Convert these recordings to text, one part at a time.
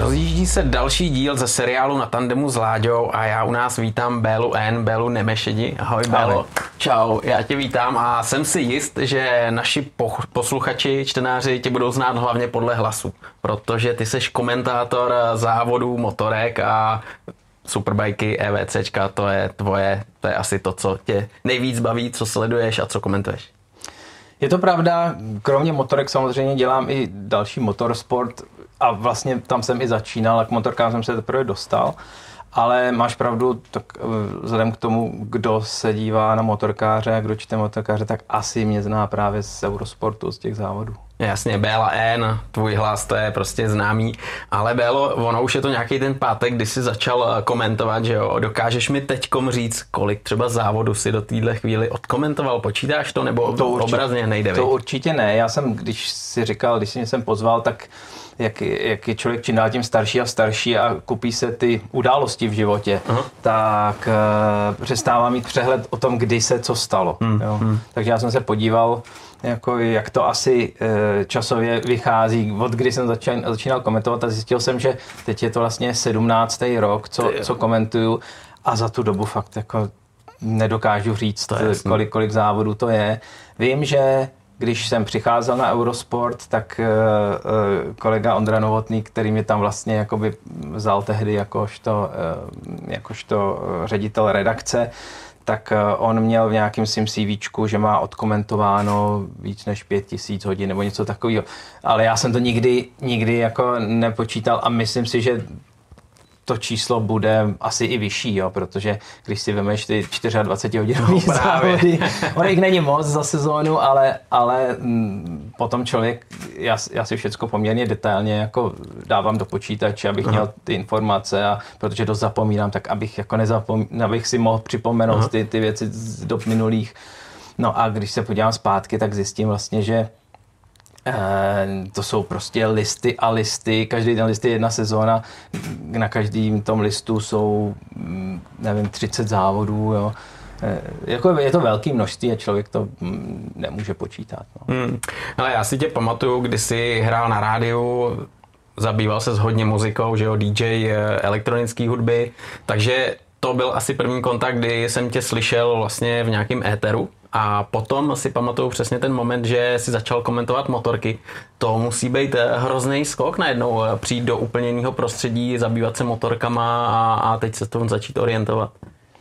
Rozjíždí se další díl ze seriálu Na tandemu s Láďou a já u nás vítám Bélu N, Bélu Nemešedi. Ahoj Bélo. Čau, já tě vítám a jsem si jist, že naši posluchači, čtenáři tě budou znát hlavně podle hlasu, protože ty seš komentátor závodů, motorek a superbajky, EVCčka, to je tvoje, to je asi to, co tě nejvíc baví, co sleduješ a co komentuješ. Je to pravda, kromě motorek samozřejmě dělám i další motorsport a vlastně tam jsem i začínal a k motorkám jsem se teprve dostal, ale máš pravdu, tak vzhledem k tomu, kdo se dívá na motorkáře a kdo čte motorkáře, tak asi mě zná právě z Eurosportu, z těch závodů. Jasně, Béla N, tvůj hlas, to je prostě známý, ale Bélo, ono už je to nějaký ten pátek, kdy jsi začal komentovat, že jo, dokážeš mi teďkom říct, kolik třeba závodu si do téhle chvíli odkomentoval, počítáš to, nebo to obrazně nejde? To určitě ne, já jsem, když jsi mě sem pozval, tak jak je člověk čím dál tím starší a starší a kupí se ty události v životě, tak přestává mít přehled o tom, kdy se co stalo. Jo? Takže já jsem se podíval, jako jak to asi časově vychází, od kdy jsem začínal komentovat a zjistil jsem, že teď je to vlastně 17. rok, co komentuju a za tu dobu fakt jako nedokážu říct, kolik závodů to je. Vím, že když jsem přicházel na Eurosport, tak kolega Ondra Novotný, který mě tam vlastně jakoby vzal tehdy jakožto ředitel redakce, tak on měl v nějakém svým CVčku, že má odkomentováno víc než 5000 hodin nebo něco takového. Ale já jsem to nikdy jako nepočítal a myslím si, že to číslo bude asi i vyšší, jo, protože když si vemeš ty 24 hodinový závody, ono jich není moc za sezónu, ale potom člověk, já si všecko poměrně detailně jako dávám do počítače, abych měl ty informace a protože dost zapomínám, tak abych si mohl připomenout ty věci z dob minulých. No a když se podívám zpátky, tak zjistím vlastně, že to jsou prostě listy a listy, každý ten list je jedna sezóna, na každém tom listu jsou, nevím, 30 závodů, jo. Je to velké množství a člověk to nemůže počítat. No. Ale já si tě pamatuju, když jsi hrál na rádiu, zabýval se hodně muzikou, že jo, DJ elektronické hudby, takže to byl asi první kontakt, kdy jsem tě slyšel vlastně v nějakém éteru. A potom si pamatuju přesně ten moment, že si začal komentovat motorky. To musí být hrozný skok najednou, přijít do úplně jiného prostředí, zabývat se motorkama a teď se tomu začít orientovat.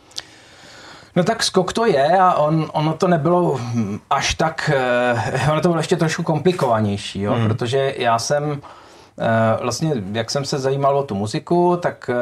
No tak skok to je a ono to nebylo až tak, ono to bylo ještě trošku komplikovanější, jo? Protože já jsem vlastně, jak jsem se zajímal o tu muziku, tak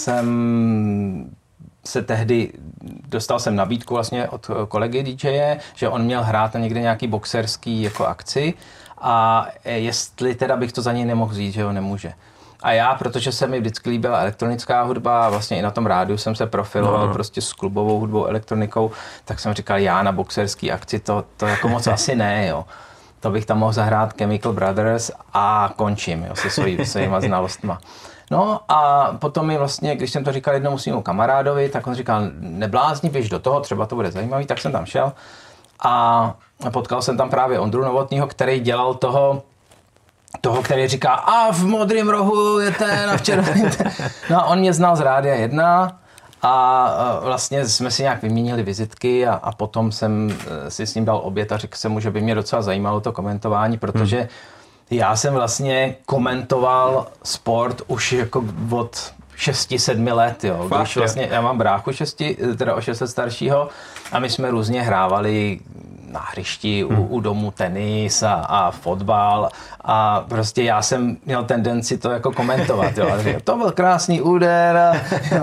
jsem se tehdy dostal jsem nabídku vlastně od kolegy DJe, že on měl hrát na někde nějaký boxerský jako akci a jestli teda bych to za něj nemohl vzít, že ho nemůže. A já, protože se mi vždycky líbila elektronická hudba a vlastně i na tom rádiu jsem se profiloval prostě s klubovou hudbou, elektronikou, tak jsem říkal, já na boxerský akci to jako moc asi ne, jo. To bych tam mohl zahrát Chemical Brothers a končím, jo, se svýma znalostma. No a potom mi vlastně, když jsem to říkal jednomu svému kamarádovi, tak on říkal, neblázni, běž do toho, třeba to bude zajímavý, tak jsem tam šel a potkal jsem tam právě Ondru Novotnýho, který dělal toho, který říká, a v modrém rohu je ten a v červeném. No a on mě znal z Rádia 1 a vlastně jsme si nějak vyměnili vizitky a potom jsem si s ním dal oběd a řekl jsem mu, že by mě docela zajímalo to komentování, protože já jsem vlastně komentoval sport už jako od 6-7 let, jo. Když vlastně, já mám bráchu o 6 let staršího a my jsme různě hrávali na hřišti, u domu tenis a fotbal a prostě já jsem měl tendenci to jako komentovat, jo. To byl krásný úder.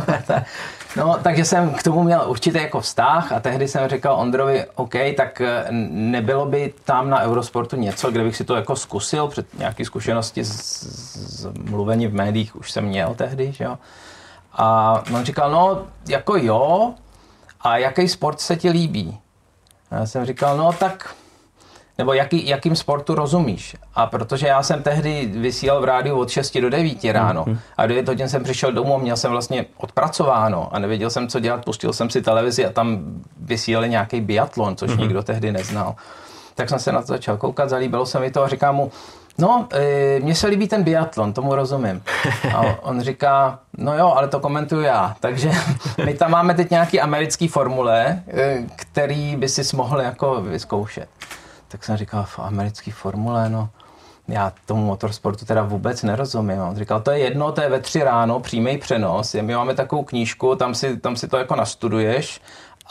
No, takže jsem k tomu měl určitě jako vztah a tehdy jsem říkal Ondrovi, OK, tak nebylo by tam na Eurosportu něco, kde bych si to jako zkusil, před nějaký zkušenosti z mluvení v médiích už jsem měl tehdy, že jo. A on říkal, no, jako jo, a jaký sport se ti líbí? A já jsem říkal, no tak, nebo jakým sportu rozumíš? A protože já jsem tehdy vysílal v rádiu od 6 do 9 ráno a do 9 hodin jsem přišel domů a měl jsem vlastně odpracováno a nevěděl jsem, co dělat, pustil jsem si televizi a tam vysílali nějaký biatlon, což nikdo tehdy neznal. Tak jsem se na to začal koukat, zalíbilo se mi to a říkám mu, no, mně se líbí ten biatlon, tomu rozumím. A on říká, no jo, ale to komentuju já. Takže my tam máme teď nějaký americký formule, který by si mohl jako vyzkoušet. Tak jsem říkal, americký formule, no, já tomu motorsportu teda vůbec nerozumím. On říkal, to je jedno, to je ve 3 ráno, přímý přenos, my máme takovou knížku, tam si to jako nastuduješ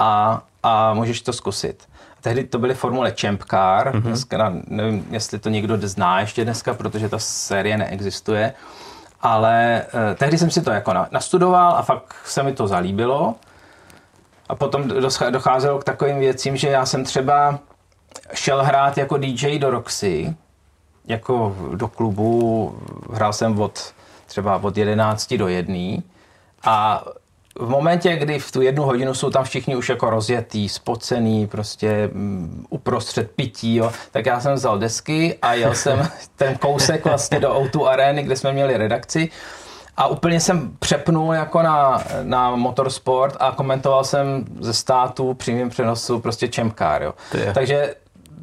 a můžeš to zkusit. Tehdy to byly formule Champ Car, dneska nevím, jestli to někdo zná ještě dneska, protože ta série neexistuje, ale tehdy jsem si to jako nastudoval a fakt se mi to zalíbilo. A potom docházelo k takovým věcím, že já jsem třeba šel hrát jako DJ do Roxy, jako do klubu, hrál jsem třeba od 11 do 1 a v momentě, kdy v tu 1 hodinu jsou tam všichni už jako rozjetý, spocený, prostě uprostřed pití, jo, tak já jsem vzal desky a jel jsem ten kousek vlastně do O2 Areny, kde jsme měli redakci a úplně jsem přepnul jako na motorsport a komentoval jsem ze státu přímým přenosu prostě Champ Car, jo. Takže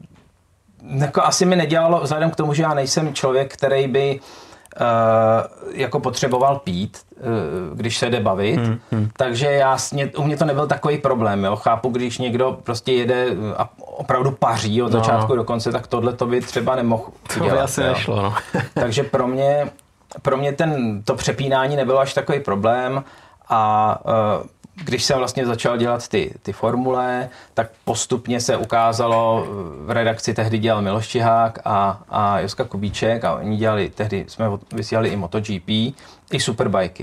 jako asi mi nedělalo, vzhledem k tomu, že já nejsem člověk, který by jako potřeboval pít, když se jde bavit, takže u mě to nebyl takový problém, jo. Chápu, když někdo prostě jede a opravdu paří od začátku do konce, tak tohle to by třeba nemohl udělat. To by asi nešlo, no. Takže pro mě to přepínání nebylo až takový problém a když jsem vlastně začal dělat ty formule, tak postupně se ukázalo, v redakci tehdy dělal Miloš Čihák a Joska Kubíček a oni tehdy jsme vysílali i MotoGP, i Superbajky.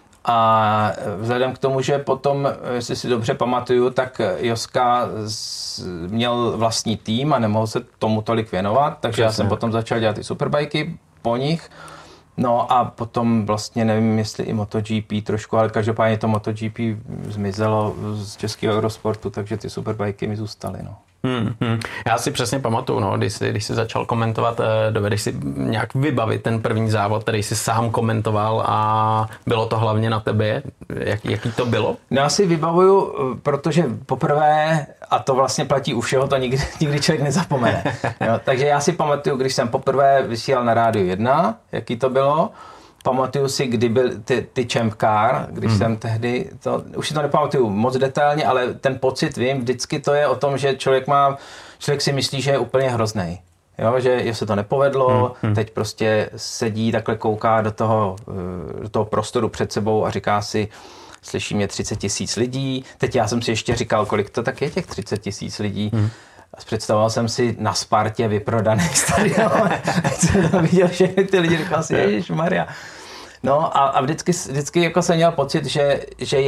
A vzhledem k tomu, že potom, jestli si dobře pamatuju, tak Joska měl vlastní tým a nemohl se tomu tolik věnovat, takže já jsem potom začal dělat i Superbajky po nich. No a potom vlastně nevím, jestli i MotoGP trošku, ale každopádně to MotoGP zmizelo z českého Eurosportu, takže ty Superbajky mi zůstaly, no. Já si přesně pamatuju, no, když jsi začal komentovat, dovedeš si nějak vybavit ten první závod, který jsi sám komentoval a bylo to hlavně na tebe. Jaký to bylo? No já si vybavuju, protože poprvé, a to vlastně platí u všeho, to nikdy člověk nezapomene. Jo, takže já si pamatuju, když jsem poprvé vysílal na Rádiu 1, jaký to bylo. Pamatuju si, kdy byl ty Champ Car, když jsem tehdy, už si to nepamatuju moc detailně, ale ten pocit vím, vždycky to je o tom, že člověk si myslí, že je úplně hroznej. Jo, že se to nepovedlo, teď prostě sedí, takhle kouká do toho prostoru před sebou a říká si, slyší mě 30 000 lidí. Teď já jsem si ještě říkal, kolik to tak je těch 30 000 lidí. Představoval jsem si na Spartě vyprodaný stadion. Jsem tam viděl všechny ty lidi, říkal si, ježišmarja. No a vždycky jako jsem měl pocit, že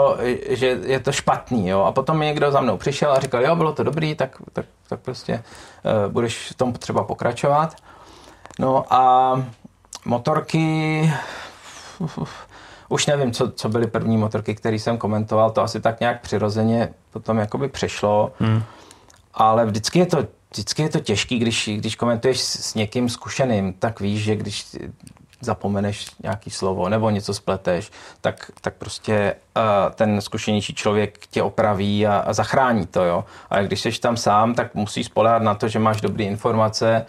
je to špatný, jo. A potom mi někdo za mnou přišel a říkal, jo, bylo to dobrý, tak prostě budeš v tom třeba pokračovat. No a motorky, už nevím, co byly první motorky, které jsem komentoval, to asi tak nějak přirozeně potom jakoby přešlo. Ale vždycky je to těžký, když komentuješ s někým zkušeným, tak víš, že když zapomeneš nějaký slovo nebo něco spleteš, tak prostě ten zkušenější člověk tě opraví a zachrání to, jo. Ale když jsi tam sám, tak musíš spoléhat na to, že máš dobré informace.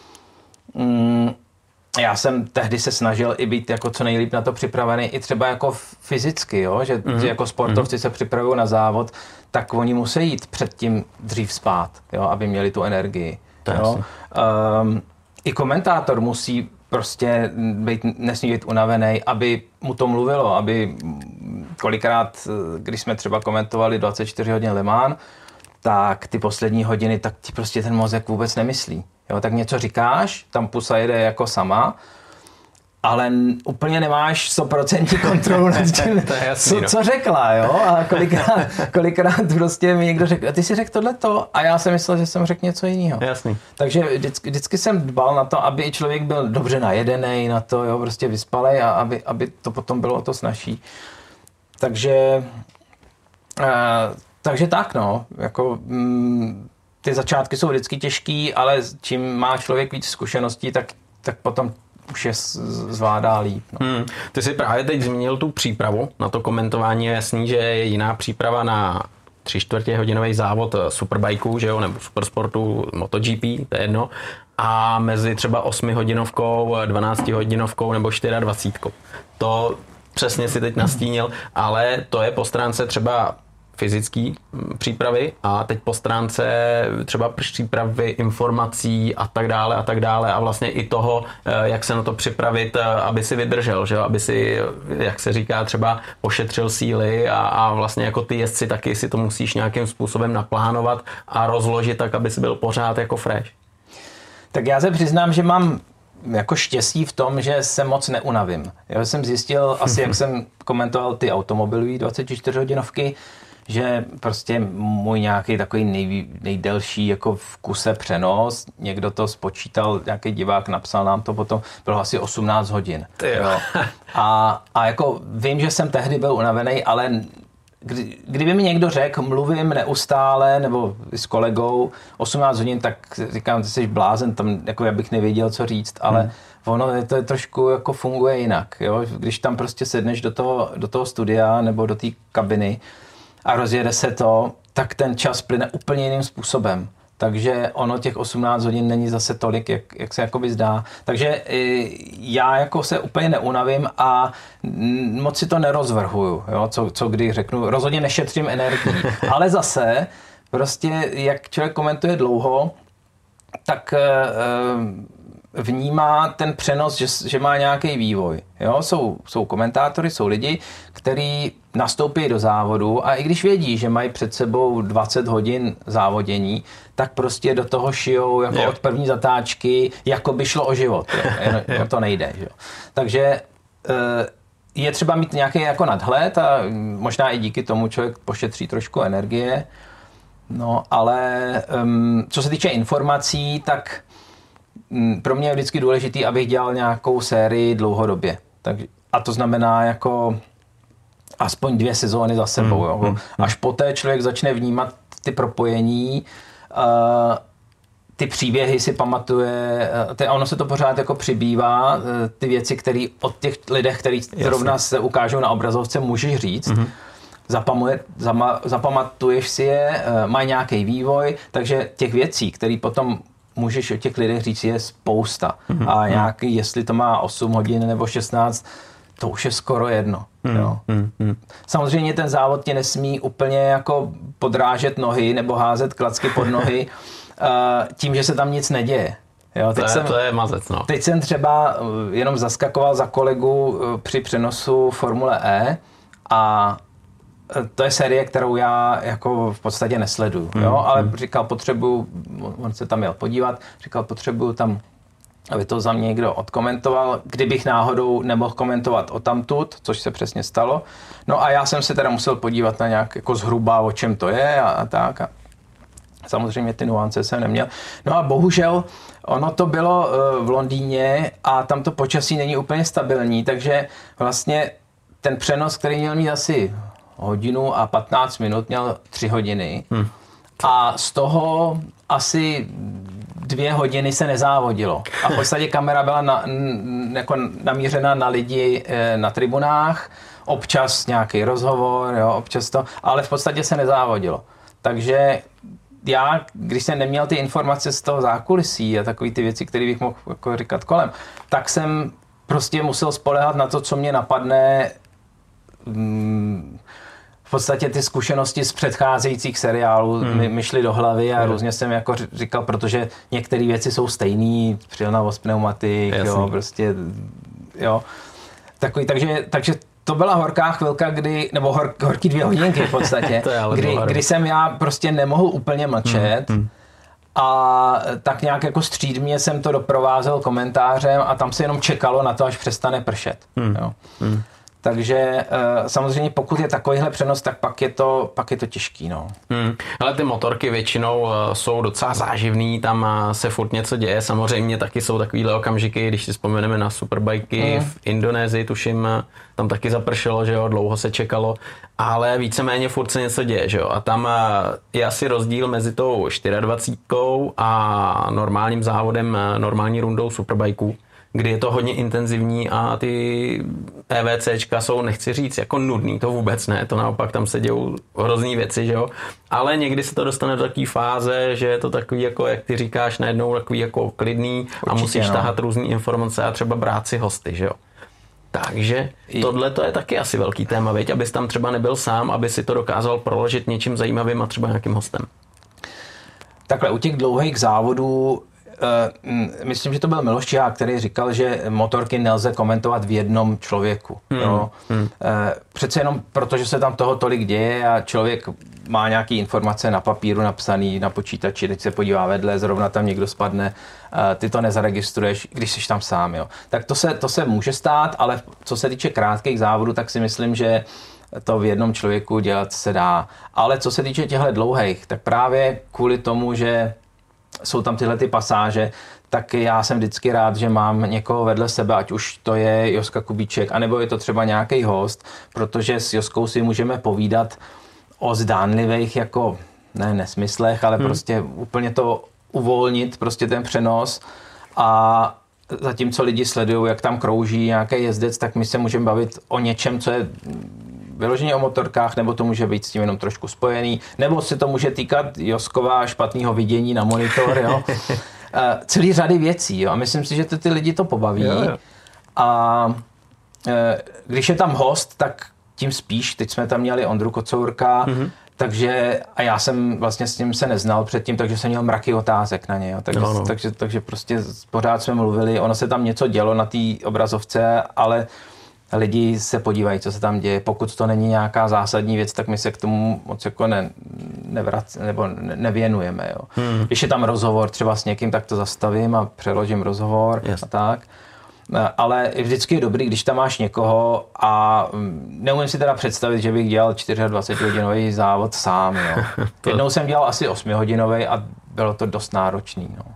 Já jsem tehdy se snažil i být jako co nejlíp na to připravený, i třeba jako fyzicky, jo? Že jako sportovci se připravují na závod, tak oni musí jít předtím dřív spát, jo? Aby měli tu energii. Jo? I komentátor musí prostě nesmí být unavený, aby mu to mluvilo, aby kolikrát, když jsme třeba komentovali 24 hodin Le Mans, tak ty poslední hodiny, tak ti prostě ten mozek vůbec nemyslí. Jo, tak něco říkáš, tam pusa jede jako sama, ale úplně nemáš 100% kontrolu nad tím, co řekla, jo? A kolikrát prostě mi někdo řekl, a ty si řekl tohleto, a já jsem myslel, že jsem řekl něco jiného. Jasný. Takže vždycky jsem dbal na to, aby člověk byl dobře najedený na to, jo, prostě vyspalej a aby to potom bylo o to snazší. Takže tak, no, jako ty začátky jsou vždycky těžký, ale čím má člověk víc zkušeností, tak potom už je zvládá líp. No. Ty jsi právě teď zmínil tu přípravu na to komentování. Je jasný, že je jiná příprava na 3/4 hodinový závod superbikeů, že jo, nebo supersportu, MotoGP, to je jedno, a mezi třeba 8 hodinovkou, 12 hodinovkou nebo 24. To přesně si teď nastínil, ale to je po stránce třeba fyzické přípravy a teď po stránce třeba přípravy informací a tak dále a vlastně i toho, jak se na to připravit, aby si vydržel, že? Aby si, jak se říká, třeba pošetřil síly a vlastně jako ty jezdci taky si to musíš nějakým způsobem naplánovat a rozložit tak, aby si byl pořád jako fresh. Tak já se přiznám, že mám jako štěstí v tom, že se moc neunavím. Já jsem zjistil, asi jak jsem komentoval ty automobilové 24 hodinovky, že prostě můj nějaký takový nejdelší jako v kuse přenos, někdo to spočítal, nějaký divák napsal nám to potom, bylo asi 18 hodin. Jo. A jako vím, že jsem tehdy byl unavený, ale kdyby mi někdo řekl, mluvím neustále, nebo s kolegou 18 hodin, tak říkám, ty jsi blázen, tam jako já bych nevěděl, co říct, ale ono to je trošku jako funguje jinak. Jo? Když tam prostě sedneš do toho studia nebo do té kabiny a rozjede se to, tak ten čas plyne úplně jiným způsobem. Takže ono těch 18 hodin není zase tolik, jak se jakoby zdá. Takže já jako se úplně neunavím a moc si to nerozvrhuju, jo? Co kdy řeknu. Rozhodně nešetřím energii. Ale zase, prostě jak člověk komentuje dlouho, tak vnímá ten přenos, že má nějaký vývoj. Jo? Jsou komentátory, jsou lidi, kteří nastoupí do závodu a i když vědí, že mají před sebou 20 hodin závodění, tak prostě do toho šijou jako od první zatáčky, jako by šlo o život. Jo? To nejde. Jo? Takže je třeba mít nějaký jako nadhled a možná i díky tomu člověk pošetří trošku energie. No, ale co se týče informací, tak pro mě je vždycky důležitý, abych dělal nějakou sérii dlouhodobě. A to znamená jako aspoň 2 sezóny za sebou. Jo. Až poté člověk začne vnímat ty propojení, ty příběhy si pamatuje, a ono se to pořád jako přibývá, ty věci, které od těch lidech, který zrovna se ukážou na obrazovce, můžeš říct. Zapamatuješ si je, mají nějaký vývoj, takže těch věcí, které potom můžeš o těch lidech říct, je spousta. A nějaký, jestli to má 8 hodin nebo 16, to už je skoro jedno. Jo. Samozřejmě ten závod tě nesmí úplně jako podrážet nohy nebo házet klacky pod nohy tím, že se tam nic neděje. Jo, to je mazec, no. Teď jsem třeba jenom zaskakoval za kolegu při přenosu Formule E a to je série, kterou já jako v podstatě nesleduju, jo? Ale říkal, potřebuju, on se tam měl podívat, říkal, potřebuju tam, aby to za mě někdo odkomentoval, kdybych náhodou nemohl komentovat odtamtud, což se přesně stalo. No a já jsem se teda musel podívat na nějak jako zhruba, o čem to je a tak. A samozřejmě ty nuance jsem neměl. No a bohužel ono to bylo v Londýně a tam to počasí není úplně stabilní, takže vlastně ten přenos, který měl mít asi hodinu a 15 minut, měl 3 hodiny a z toho asi 2 hodiny se nezávodilo. A v podstatě kamera byla jako namířena na lidi na tribunách, občas nějaký rozhovor, jo, občas to, ale v podstatě se nezávodilo. Takže já, když jsem neměl ty informace z toho zákulisí a takové ty věci, které bych mohl jako říkat kolem, tak jsem prostě musel spoléhat na to, co mě napadne. V podstatě ty zkušenosti z předcházejících seriálů mi šly do hlavy a různě jsem jako říkal, protože některé věci jsou stejný, přilnavost pneumatik, jo, prostě, jo. Takže to byla horká chvilka, nebo horký 2 hodinky v podstatě, kdy jsem já prostě nemohl úplně mlčet a tak nějak jako střídmě jsem to doprovázel komentářem a tam se jenom čekalo na to, až přestane pršet. Jo. Takže samozřejmě pokud je takovýhle přenos, tak pak je to těžký. No. Ale ty motorky většinou jsou docela záživný, tam se furt něco děje. Samozřejmě taky jsou takovýhle okamžiky, když si vzpomeneme na superbajky v Indonésii, tuším, tam taky zapršelo, že jo, dlouho se čekalo, ale víceméně furt se něco děje, že jo. A tam je asi rozdíl mezi tou 24 a normálním závodem, normální rundou superbajků, kdy je to hodně intenzivní a ty EVCčka jsou, nechci říct, jako nudný, to vůbec ne, to naopak tam se dějou hrozný věci, že jo, ale někdy se to dostane do takové fáze, že je to takový, jako jak ty říkáš, najednou takový jako klidný. Určitě, a musíš tahat různý informace a třeba brát si hosty, že jo. Takže tohle to je taky asi velký téma, viď? Abys tam třeba nebyl sám, aby si to dokázal proložit něčím zajímavým a třeba nějakým hostem. Takhle, u těch dlouhých závodů, myslím, že to byl Miloš Čihák, který říkal, že motorky nelze komentovat v jednom člověku. Přece jenom proto, že se tam toho tolik děje a člověk má nějaký informace na papíru napsaný, na počítači, teď se podívá vedle, zrovna tam někdo spadne, ty to nezaregistruješ, když jsi tam sám. Jo. Tak to se může stát, ale co se týče krátkých závodů, tak si myslím, že to v jednom člověku dělat se dá. Ale co se týče těchto dlouhých, tak právě kvůli tomu, že jsou tam tyhle ty pasáže, tak já jsem vždycky rád, že mám někoho vedle sebe, ať už to je Joska Kubíček, anebo je to třeba nějaký host, protože s Joskou si můžeme povídat o zdánlivých jako, ne nesmyslech, ale prostě úplně to uvolnit, prostě ten přenos a zatímco lidi sledují, jak tam krouží nějaký jezdec, tak my se můžeme bavit o něčem, co je vyloženě o motorkách, nebo to může být s tím jenom trošku spojený, nebo se to může týkat Joskova špatného vidění na monitor, jo. Celý řady věcí, jo. A myslím si, že ty lidi to pobaví. Jo. A když je tam host, tak tím spíš. Teď jsme tam měli Ondru Kocourka, takže a já jsem vlastně s ním se neznal předtím, takže jsem měl mraky otázek na něj. Jo. Takže prostě pořád jsme mluvili, ono se tam něco dělo na té obrazovce, ale lidi se podívají, co se tam děje. Pokud to není nějaká zásadní věc, tak my se k tomu moc jako nevěnujeme. Jo. Když je tam rozhovor třeba s někým, tak to zastavím a přeložím rozhovor a tak. Ale vždycky je dobrý, když tam máš někoho a neumím si teda představit, že bych dělal 24-hodinový závod sám. Jo. Jednou jsem dělal asi 8hodinový a bylo to dost náročný. No.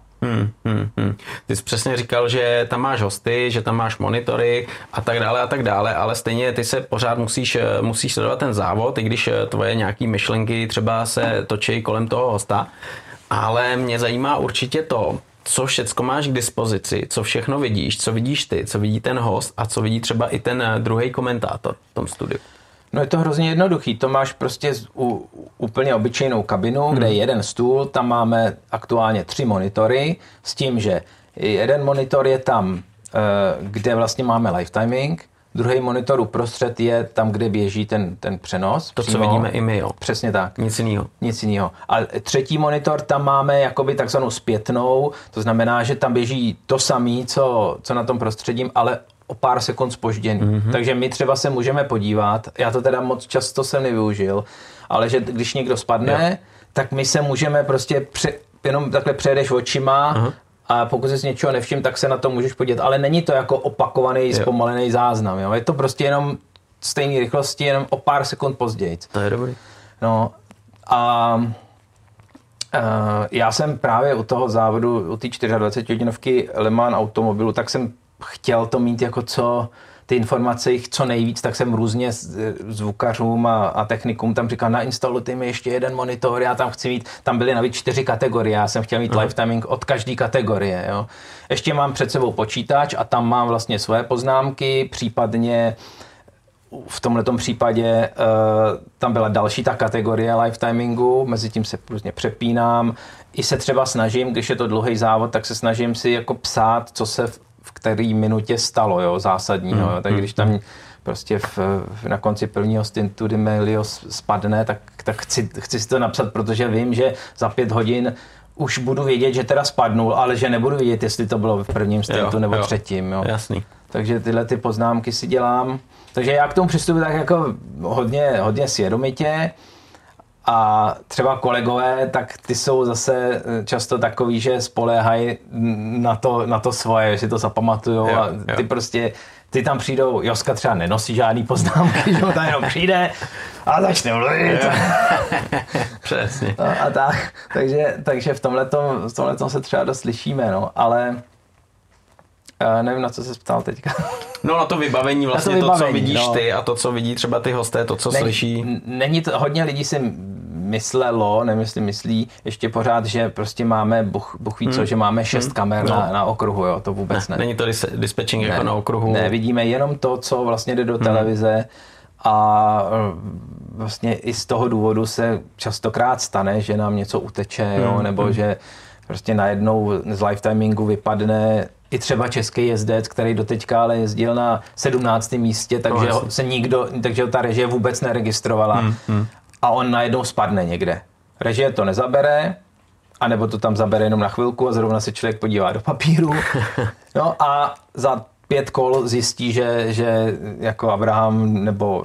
Ty jsi přesně říkal, že tam máš hosty, že tam máš monitory a tak dále, ale stejně ty se pořád musíš sledovat ten závod, i když tvoje nějaký myšlenky třeba se točí kolem toho hosta, ale mě zajímá určitě to, co všecko máš k dispozici, co všechno vidíš, co vidíš ty, co vidí ten host a co vidí třeba i ten druhý komentátor v tom studiu. No je to hrozně jednoduchý, to máš prostě úplně obyčejnou kabinu, kde je jeden stůl, tam máme aktuálně 3 monitory, s tím, že jeden monitor je tam, kde vlastně máme live timing, druhý monitor uprostřed je tam, kde běží ten přenos. To, co vidíme i my, jo. Přesně tak. Nic jiného. A třetí monitor tam máme jakoby takzvanou zpětnou, to znamená, že tam běží to samé, co na tom prostředím, ale o pár sekund zpožděný. Takže my třeba se můžeme podívat, já to teda moc často jsem nevyužil, ale že když někdo spadne, tak my se můžeme prostě jenom takhle přejedeš očima a pokud jsi něčeho nevšim, tak se na to můžeš podívat. Ale není to jako opakovaný, zpomalený záznam. Jo? Je to prostě jenom stejné rychlosti, jenom o pár sekund později. To je dobrý. No a já jsem právě u toho závodu, u té 24hodinovky Le Mans automobilu, tak jsem chtěl to mít jako ty informace jich co nejvíc, tak jsem různě zvukařům a technikům tam říkal, nainstalujte mi ještě jeden monitor, já tam chci mít, tam byly navíc 4 kategorie, já jsem chtěl mít live timing od každé kategorie. Jo. Ještě mám před sebou počítač a tam mám vlastně svoje poznámky, případně v tomhletom případě tam byla další ta kategorie live timingu, mezi tím se různě přepínám. I se třeba snažím, když je to dlouhý závod, tak se snažím si jako psát, co se v který minutě stalo, jo, zásadního. Tak když tam prostě na konci prvního stintu Di Meglio spadne, tak chci si to napsat, protože vím, že za 5 hodin už budu vědět, že teda spadnul, ale že nebudu vědět, jestli to bylo v prvním stintu nebo třetím. Jo. Jasný. Takže tyhle ty poznámky si dělám. Takže já k tomu přistupuji tak jako hodně svědomitě. A třeba kolegové, tak ty jsou zase často takový, že spoléhají na to svoje, že si to zapamatujou a ty prostě, ty tam přijdou, Joska třeba nenosí žádný poznámky, že tam jenom přijde a začne mluvit. Přesně. A tak, takže v tomhletom se třeba dost lišíme, no, ale nevím, na co se ptal teďka. No na to vybavení vlastně, to, co vidíš ty a to, co vidí třeba ty hosté, to, co slyší. Není to, hodně lidí si myslelo, myslí ještě pořád, že prostě máme, Bůh ví co, že máme 6 kamer na okruhu, jo, to vůbec ne. Není to dispatching jako na okruhu? Ne, vidíme jenom to, co vlastně jde do televize a vlastně i z toho důvodu se častokrát stane, že nám něco uteče, jo, nebo že prostě najednou z live timingu vypadne i třeba český jezdec, který doteďka ale jezdil na 17. místě, takže ho ta režie vůbec neregistrovala. A on najednou spadne někde. Režie to nezabere, anebo to tam zabere jenom na chvilku a zrovna se člověk podívá do papíru. No a za 5 kol zjistí, že jako Abraham nebo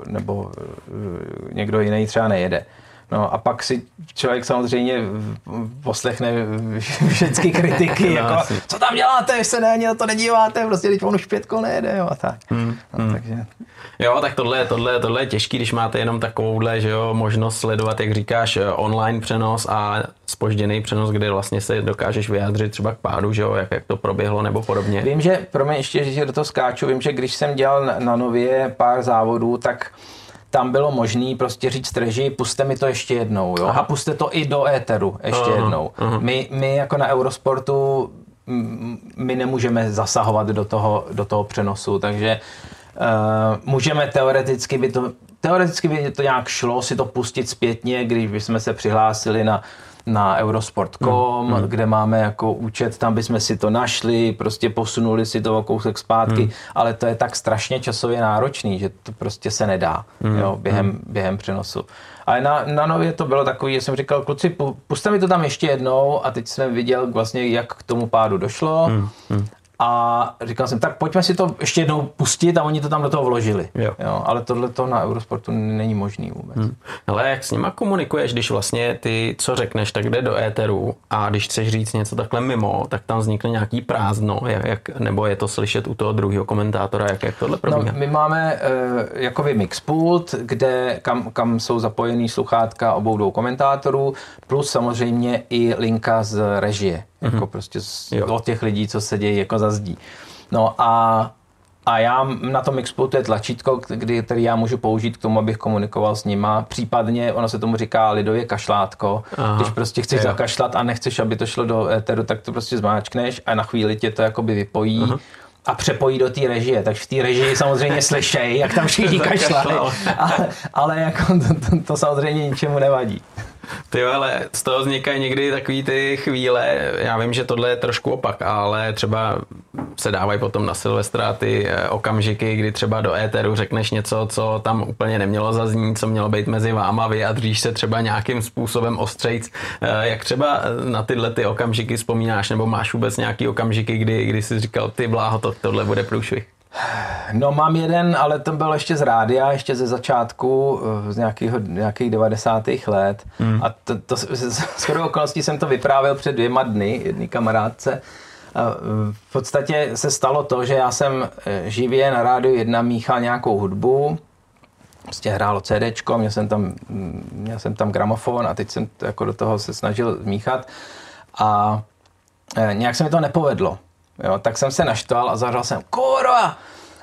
někdo jiný třeba nejede. No a pak si člověk samozřejmě poslechne všechny kritiky, jako co tam děláte, se na to nedíváte, prostě teď on už 5 kol nejede, jo, a tak. Takže. Jo, tak tohle je těžký, když máte jenom takovouhle, že jo, možnost sledovat, jak říkáš, online přenos a zpožděný přenos, kde vlastně se dokážeš vyjádřit třeba k pádu, že jo, jak to proběhlo nebo podobně. Vím, že, pro mě ještě, že do toho skáču, vím, že když jsem dělal na Nově pár závodů, tak tam bylo možné prostě říct režii, puste mi to ještě jednou, jo, a puste to i do éteru ještě jednou. My jako na Eurosportu, my nemůžeme zasahovat do toho přenosu, takže můžeme teoreticky by to nějak šlo si to pustit zpětně, když bychom se přihlásili na Eurosport.com, kde máme jako účet, tam bychom si to našli, prostě posunuli si to o kousek zpátky, ale to je tak strašně časově náročný, že to prostě se nedá jo, během přenosu. Ale na Nově to bylo takový, že jsem říkal, kluci, puste mi to tam ještě jednou a teď jsem viděl vlastně, jak k tomu pádu došlo. A říkal jsem, tak pojďme si to ještě jednou pustit a oni to tam do toho vložili. Jo, ale tohle to na Eurosportu není možný vůbec. Ale jak s nima komunikuješ, když vlastně ty, co řekneš, tak jde do éteru a když chceš říct něco takhle mimo, tak tam vznikne nějaký prázdno, nebo je to slyšet u toho druhého komentátora, jak tohle probíhá? No, my máme jakoby mixpult, kam jsou zapojený sluchátka obou dvou komentátorů, plus samozřejmě i linka z režie. Jako prostě od těch lidí, co se dějí jako za zdí. No a já na tom mixpultu je tlačítko, který já můžu použít k tomu, abych komunikoval s nima. Případně, ono se tomu říká lidově kašlátko. Když prostě chceš zakašlat a nechceš, aby to šlo do éteru, tak to prostě zmáčkneš a na chvíli tě to jakoby vypojí. A přepojí do té režie, takže v té režii samozřejmě slyšej, jak tam všichni kašlají, ale jako to samozřejmě ničemu nevadí. Ty ale z toho vznikají někdy takový ty chvíle, já vím, že tohle je trošku opak, ale třeba se dávají potom na Silvestra ty okamžiky, kdy třeba do éteru řekneš něco, co tam úplně nemělo zaznít, co mělo být mezi váma, vyjadříš se třeba nějakým způsobem ostřejc. Jak třeba na tyhle ty okamžiky vzpomínáš, nebo máš vůbec nějaký okamžiky, kdy jsi říkal, ty bláho, tohle bude průšvih? No mám jeden, ale to byl ještě z rádia, ještě ze začátku, z nějakých 90. let. A to shodou okolností jsem to vyprávěl před 2 dny jedné kamarádce. V podstatě se stalo to, že já jsem živě na Rádiu 1 míchal nějakou hudbu, prostě hrálo CDčko, měl jsem tam gramofon a teď jsem jako do toho se snažil míchat a nějak se mi to nepovedlo. Jo, tak jsem se naštval a zařval jsem kurva!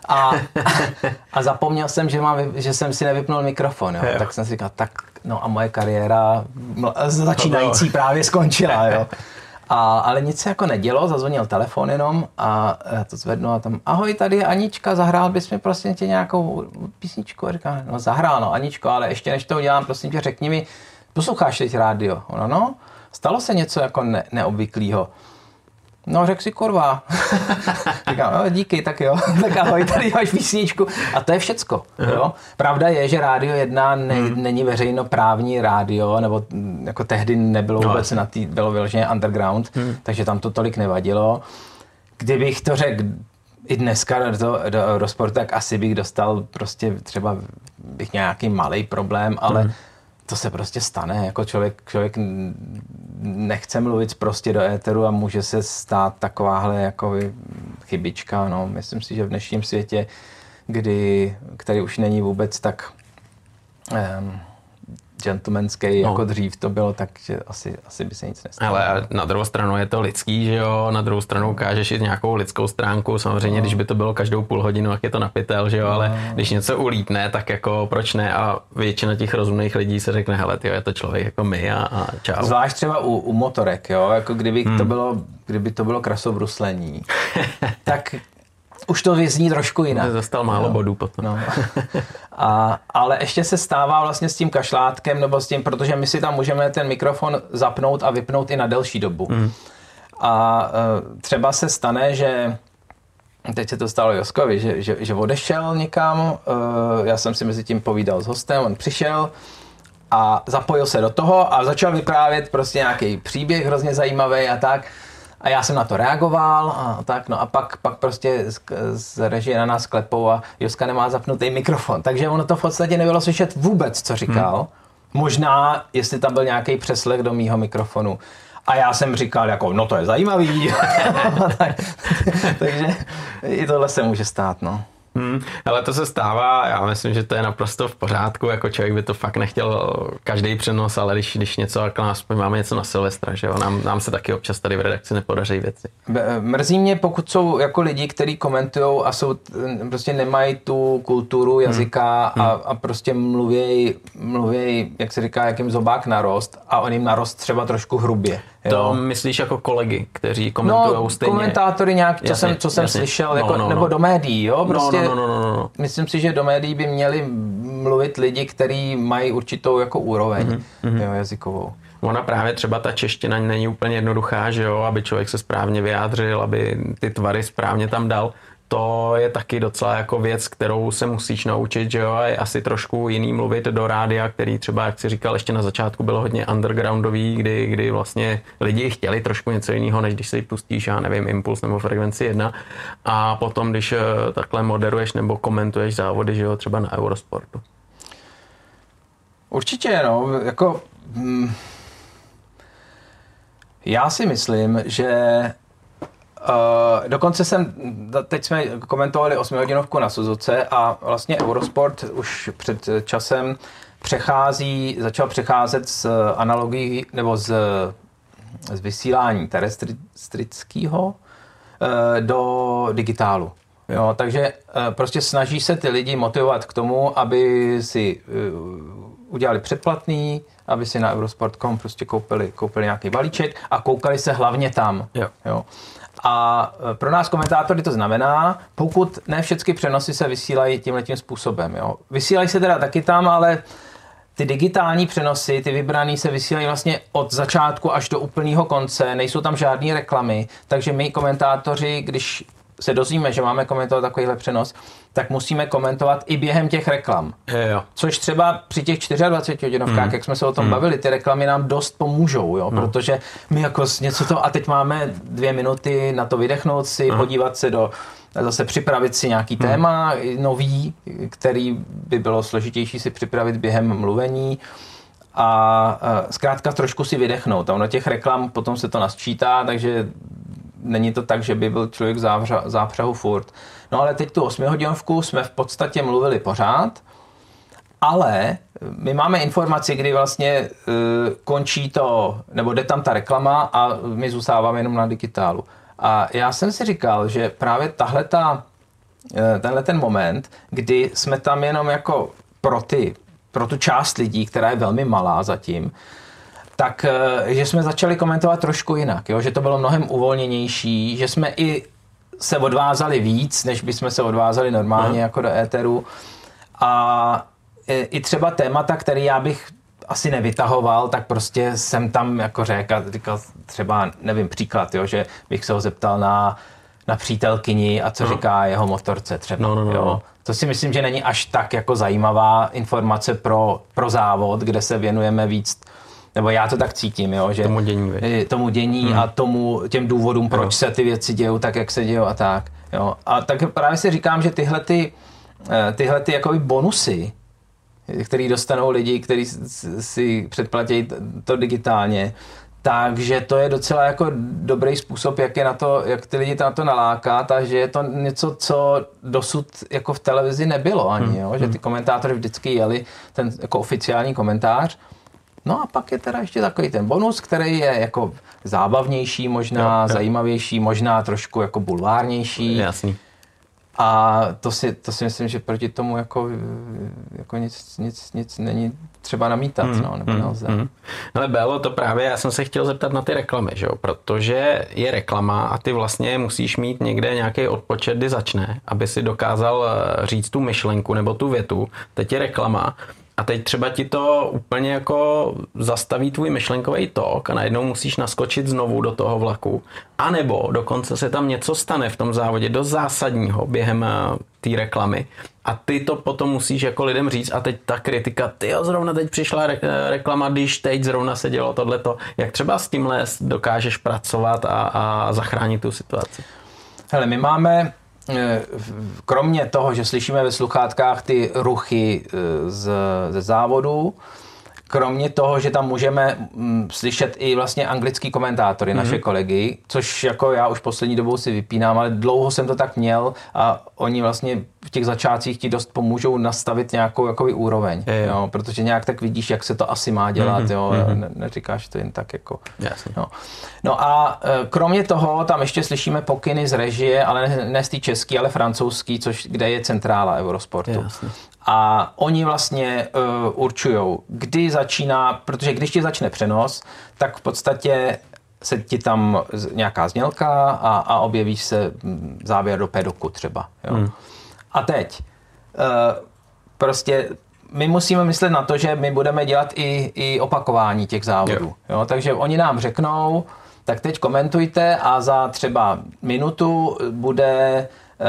A zapomněl jsem, že jsem si nevypnul mikrofon. Jo. Tak jsem si říkal, no a moje kariéra začínající právě skončila. Jo. Ale nic se jako nedělo, zazvonil telefon jenom a já to zvednu a tam, ahoj, tady je Anička, zahrál bys mi prosím tě nějakou písničku? A říkám, no zahrál, no Aničko, ale ještě než to udělám, prosím tě, řekni mi, posloucháš teď rádio? Ono, no, stalo se něco jako neobvyklého. No, řekl si kurva. Říkám, no, díky, tak jo. Tak ahoj, tady máš písničku. A to je všecko. Jo? Pravda je, že Rádio 1 není veřejnoprávní rádio, nebo jako tehdy nebylo vůbec bylo vyloženě underground, takže tam to tolik nevadilo. Kdybych to řekl i dneska do Eurosportu, tak asi bych dostal prostě třeba bych nějaký malej problém, ale to se prostě stane, jako člověk nechce mluvit prostě do éteru a může se stát takováhle jako chybička, no. Myslím si, že v dnešním světě, který už není vůbec tak gentlemanský jako dřív to bylo, takže asi by se nic nestalo. Ale na druhou stranu je to lidský, že jo, na druhou stranu ukážeš i nějakou lidskou stránku, samozřejmě, když by to bylo každou půl hodinu, tak je to na pytel, že jo, ale když něco ulítne, tak jako proč ne, a většina těch rozumných lidí se řekne, hele, tyjo, je to člověk jako my a čau. Zvlášť třeba u motorek, jo, jako kdyby to bylo krasobruslení, tak už to vyzní trošku jinak. Zastal málo bodů potom. No. Ale ještě se stává vlastně s tím kašlátkem, nebo s tím, protože my si tam můžeme ten mikrofon zapnout a vypnout i na delší dobu. A třeba se stane, že teď se to stalo Joskovi, že odešel někam, já jsem si mezi tím povídal s hostem, on přišel a zapojil se do toho a začal vyprávět prostě nějaký příběh hrozně zajímavý a tak. A já jsem na to reagoval a tak, no a pak prostě z režie na nás klepou a Joska nemá zapnutý mikrofon. Takže ono to v podstatě nebylo slyšet vůbec, co říkal. Možná, jestli tam byl nějaký přeslech do mýho mikrofonu. A já jsem říkal jako, no to je zajímavý. Takže i tohle se může stát, no. Ale to se stává, já myslím, že to je naprosto v pořádku, jako člověk by to fakt nechtěl každý přenos, ale když něco, jako aspoň máme něco na Silvestra, že jo, nám se taky občas tady v redakci nepodaří věci. Mrzí mě, pokud jsou jako lidi, kteří komentujou a prostě nemají tu kulturu jazyka a prostě mluvěj, jak se říká, jak jim zobák narost a on jim narost třeba trošku hrubě. Jo? To myslíš jako kolegy, kteří komentujou stejně? Komentátory nějak, co jsem slyšel, jako, nebo do médií, jo? Prostě myslím si, že do médií by měli mluvit lidi, kteří mají určitou jako úroveň jo, jazykovou. Ona právě třeba ta čeština není úplně jednoduchá, že jo, aby člověk se správně vyjádřil, aby ty tvary správně tam dal. To je taky docela jako věc, kterou se musíš naučit, že jo, a je asi trošku jiný mluvit do rádia, který třeba, jak jsi říkal, ještě na začátku bylo hodně undergroundový, kdy vlastně lidi chtěli trošku něco jiného, než když se jí pustíš, já nevím, Impuls nebo Frekvenci 1, a potom, když takhle moderuješ nebo komentuješ závody, že jo, třeba na Eurosportu. Určitě, no, jako já si myslím, že dokonce teď jsme komentovali 8hodinovku na Suzuce a vlastně Eurosport už před časem začal přecházet z analogií nebo z vysílání terestrického do digitálu. Jo, takže prostě snaží se ty lidi motivovat k tomu, aby si udělali předplatný, aby si na Eurosport.com prostě koupili nějaký balíček a koukali se hlavně tam. Jo. A pro nás komentátory to znamená, pokud ne všechny přenosy se vysílají tímhletím způsobem. Jo. Vysílají se teda taky tam, ale ty digitální přenosy, ty vybraný se vysílají vlastně od začátku až do úplného konce, nejsou tam žádné reklamy, takže my komentátoři, když se dozvíme, že máme komentovat takovýhle přenos, tak musíme komentovat i během těch reklam. Jo. Což třeba při těch 24 hodinovkách, jak jsme se o tom bavili, ty reklamy nám dost pomůžou, jo? Protože my jako něco to, a teď máme 2 minuty na to vydechnout si, podívat se zase připravit si nějaký téma nový, který by bylo složitější si připravit během mluvení a zkrátka trošku si vydechnout. A ono těch reklam potom se to nasčítá, takže není to tak, že by byl člověk v zápřahu furt. No ale teď tu 8hodinovku jsme v podstatě mluvili pořád, ale my máme informaci, kdy vlastně končí to, nebo jde tam ta reklama a my zůstáváme jenom na digitálu. A já jsem si říkal, že právě tenhle ten moment, kdy jsme tam jenom jako pro tu část lidí, která je velmi malá zatím, tak, že jsme začali komentovat trošku jinak, jo? Že to bylo mnohem uvolněnější, že jsme i se odvázali víc, než bychom se odvázali normálně jako do éteru. A i třeba témata, který já bych asi nevytahoval, tak prostě jsem tam jako říkal třeba, nevím, příklad, jo? Že bych se ho zeptal na přítelkyni a co říká jeho motorce třeba. Jo? To si myslím, že není až tak jako zajímavá informace pro závod, kde se věnujeme víc, nebo já to tak cítím, jo, že tomu dění a těm důvodům, proč se ty věci dějou tak, jak se dějou a tak. Jo. A tak právě si říkám, že tyhle jakoby bonusy, které dostanou lidi, kteří si předplatí to digitálně, Takže to je docela jako dobrý způsob, jak ty lidi na to nalákat, a že je to něco, co dosud jako v televizi nebylo ani, jo? Že ty komentátoři vždycky jeli ten jako oficiální komentář. No a pak je teda ještě takový ten bonus, který je jako zábavnější možná, zajímavější, možná trošku jako bulvárnější. Jasný. A to si myslím, že proti tomu jako nic není třeba namítat, nebo nelze. Ale bylo to právě, já jsem se chtěl zeptat na ty reklamy, že jo? Protože je reklama a ty vlastně musíš mít někde nějaký odpočet, kdy začne, aby si dokázal říct tu myšlenku nebo tu větu. Teď je reklama a teď třeba ti to úplně jako zastaví tvůj myšlenkový tok a najednou musíš naskočit znovu do toho vlaku. A nebo dokonce se tam něco stane v tom závodě dost zásadního během té reklamy. A ty to potom musíš jako lidem říct a teď ta kritika, tyjo, zrovna teď přišla reklama, když teď zrovna se dělo tohleto. Jak třeba s tímhle dokážeš pracovat a zachránit tu situaci? Hele, my máme, kromě toho, že slyšíme ve sluchátkách ty ruchy ze závodu, kromě toho, že tam můžeme slyšet i vlastně anglický komentátory, naše kolegy, což jako já už poslední dobou si vypínám, ale dlouho jsem to tak měl a oni vlastně v těch začátcích ti dost pomůžou nastavit nějakou jakoby úroveň, jo, protože nějak tak vidíš, jak se to asi má dělat, jo, neříkáš to jen tak jako. Jo. No a kromě toho tam ještě slyšíme pokyny z režie, ale ne z té český, ale francouzský, kde je centrála Eurosportu. Jasně. A oni vlastně určujou, kdy začíná, protože když ti začne přenos, tak v podstatě se ti tam nějaká znělka a objeví se záběr do pedoku třeba. Jo. A teď prostě my musíme myslet na to, že my budeme dělat i opakování těch závodů. Jo. Takže oni nám řeknou, tak teď komentujte a za třeba minutu bude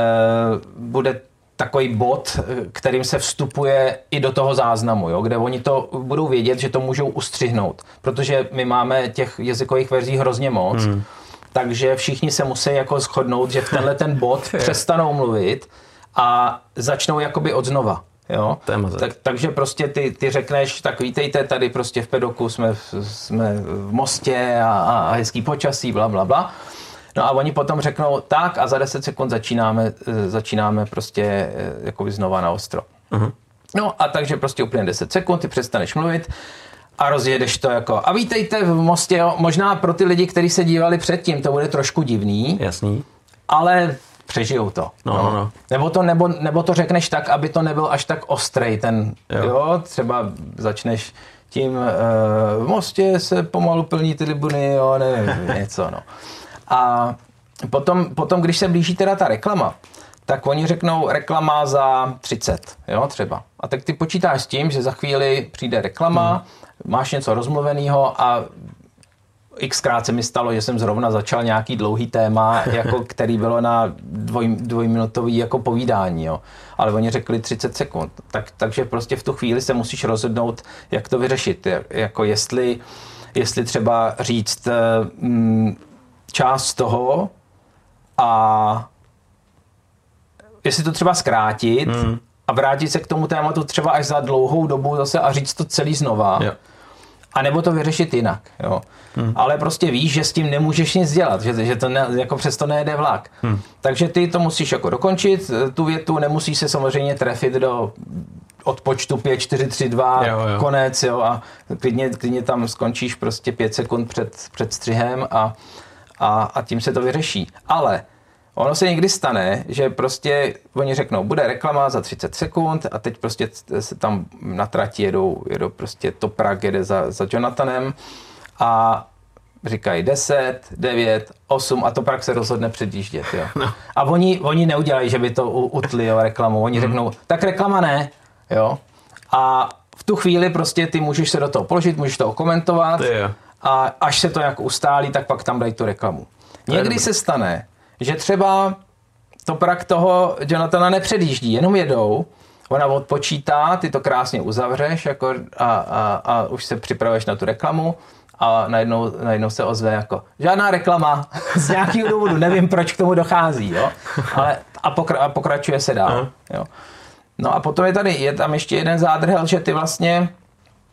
takový bod, kterým se vstupuje i do toho záznamu, jo, kde oni to budou vědět, že to můžou ustřihnout, protože my máme těch jazykových verzí hrozně moc, takže všichni se musí jako shodnout, že v tenhle ten bod přestanou mluvit a začnou jakoby odznova. Jo? Takže prostě ty řekneš, tak vítejte tady prostě v pedoku, jsme v Mostě a hezký počasí, bla, bla, bla. No a oni potom řeknou tak a za 10 sekund začínáme prostě jakoby znova na ostro. No a takže prostě úplně 10 sekund, ty přestaneš mluvit a rozjedeš to jako a vítejte v Mostě, jo. Možná pro ty lidi, kteří se dívali předtím, to bude trošku divný. Jasný. Ale přežijou to. No. Nebo to řekneš tak, aby to nebyl až tak ostrej ten, jo, třeba začneš tím v Mostě se pomalu plní ty tribuny, jo, nevím, něco, no. A potom, když se blíží teda ta reklama, tak oni řeknou reklama za 30, jo, třeba. A tak ty počítáš s tím, že za chvíli přijde reklama, máš něco rozmluveného a xkrát se mi stalo, že jsem zrovna začal nějaký dlouhý téma, jako který bylo na dvojminutový jako povídání, jo. Ale oni řekli 30 sekund. Takže prostě v tu chvíli se musíš rozhodnout, jak to vyřešit. Jako jestli třeba říct část toho a jestli to třeba zkrátit a vrátit se k tomu tématu třeba až za dlouhou dobu zase a říct to celý znova. A nebo to vyřešit jinak. Jo. Ale prostě víš, že s tím nemůžeš nic dělat, že to jako přesto nejede vlak. Takže ty to musíš jako dokončit, tu větu, nemusíš se samozřejmě trefit do odpočtu 5, 4, 3, 2, konec, jo, a klidně tam skončíš prostě 5 sekund před střihem a tím se to vyřeší. Ale ono se někdy stane, že prostě oni řeknou, bude reklama za 30 sekund a teď prostě se tam na trati jedou prostě Toprak jede za Jonathanem a říkají 10, 9, 8 a Toprak se rozhodne předjíždět. Jo. No. A oni neudělají, že by to utli, jo, reklamu. Oni řeknou, tak reklama ne. Jo. A v tu chvíli prostě ty můžeš se do toho položit, můžeš to komentovat a až se to nějak ustálí, tak pak tam dají tu reklamu. Někdy se stane, že třeba Toprak toho Jonathana nepředjíždí, jenom jedou, ona odpočítá, ty to krásně uzavřeš jako a už se připravuješ na tu reklamu a najednou se ozve jako žádná reklama z nějakého důvodu, nevím, proč k tomu dochází, jo? Ale a pokračuje se dál. Jo? No a potom je tam ještě jeden zádrhel, že ty vlastně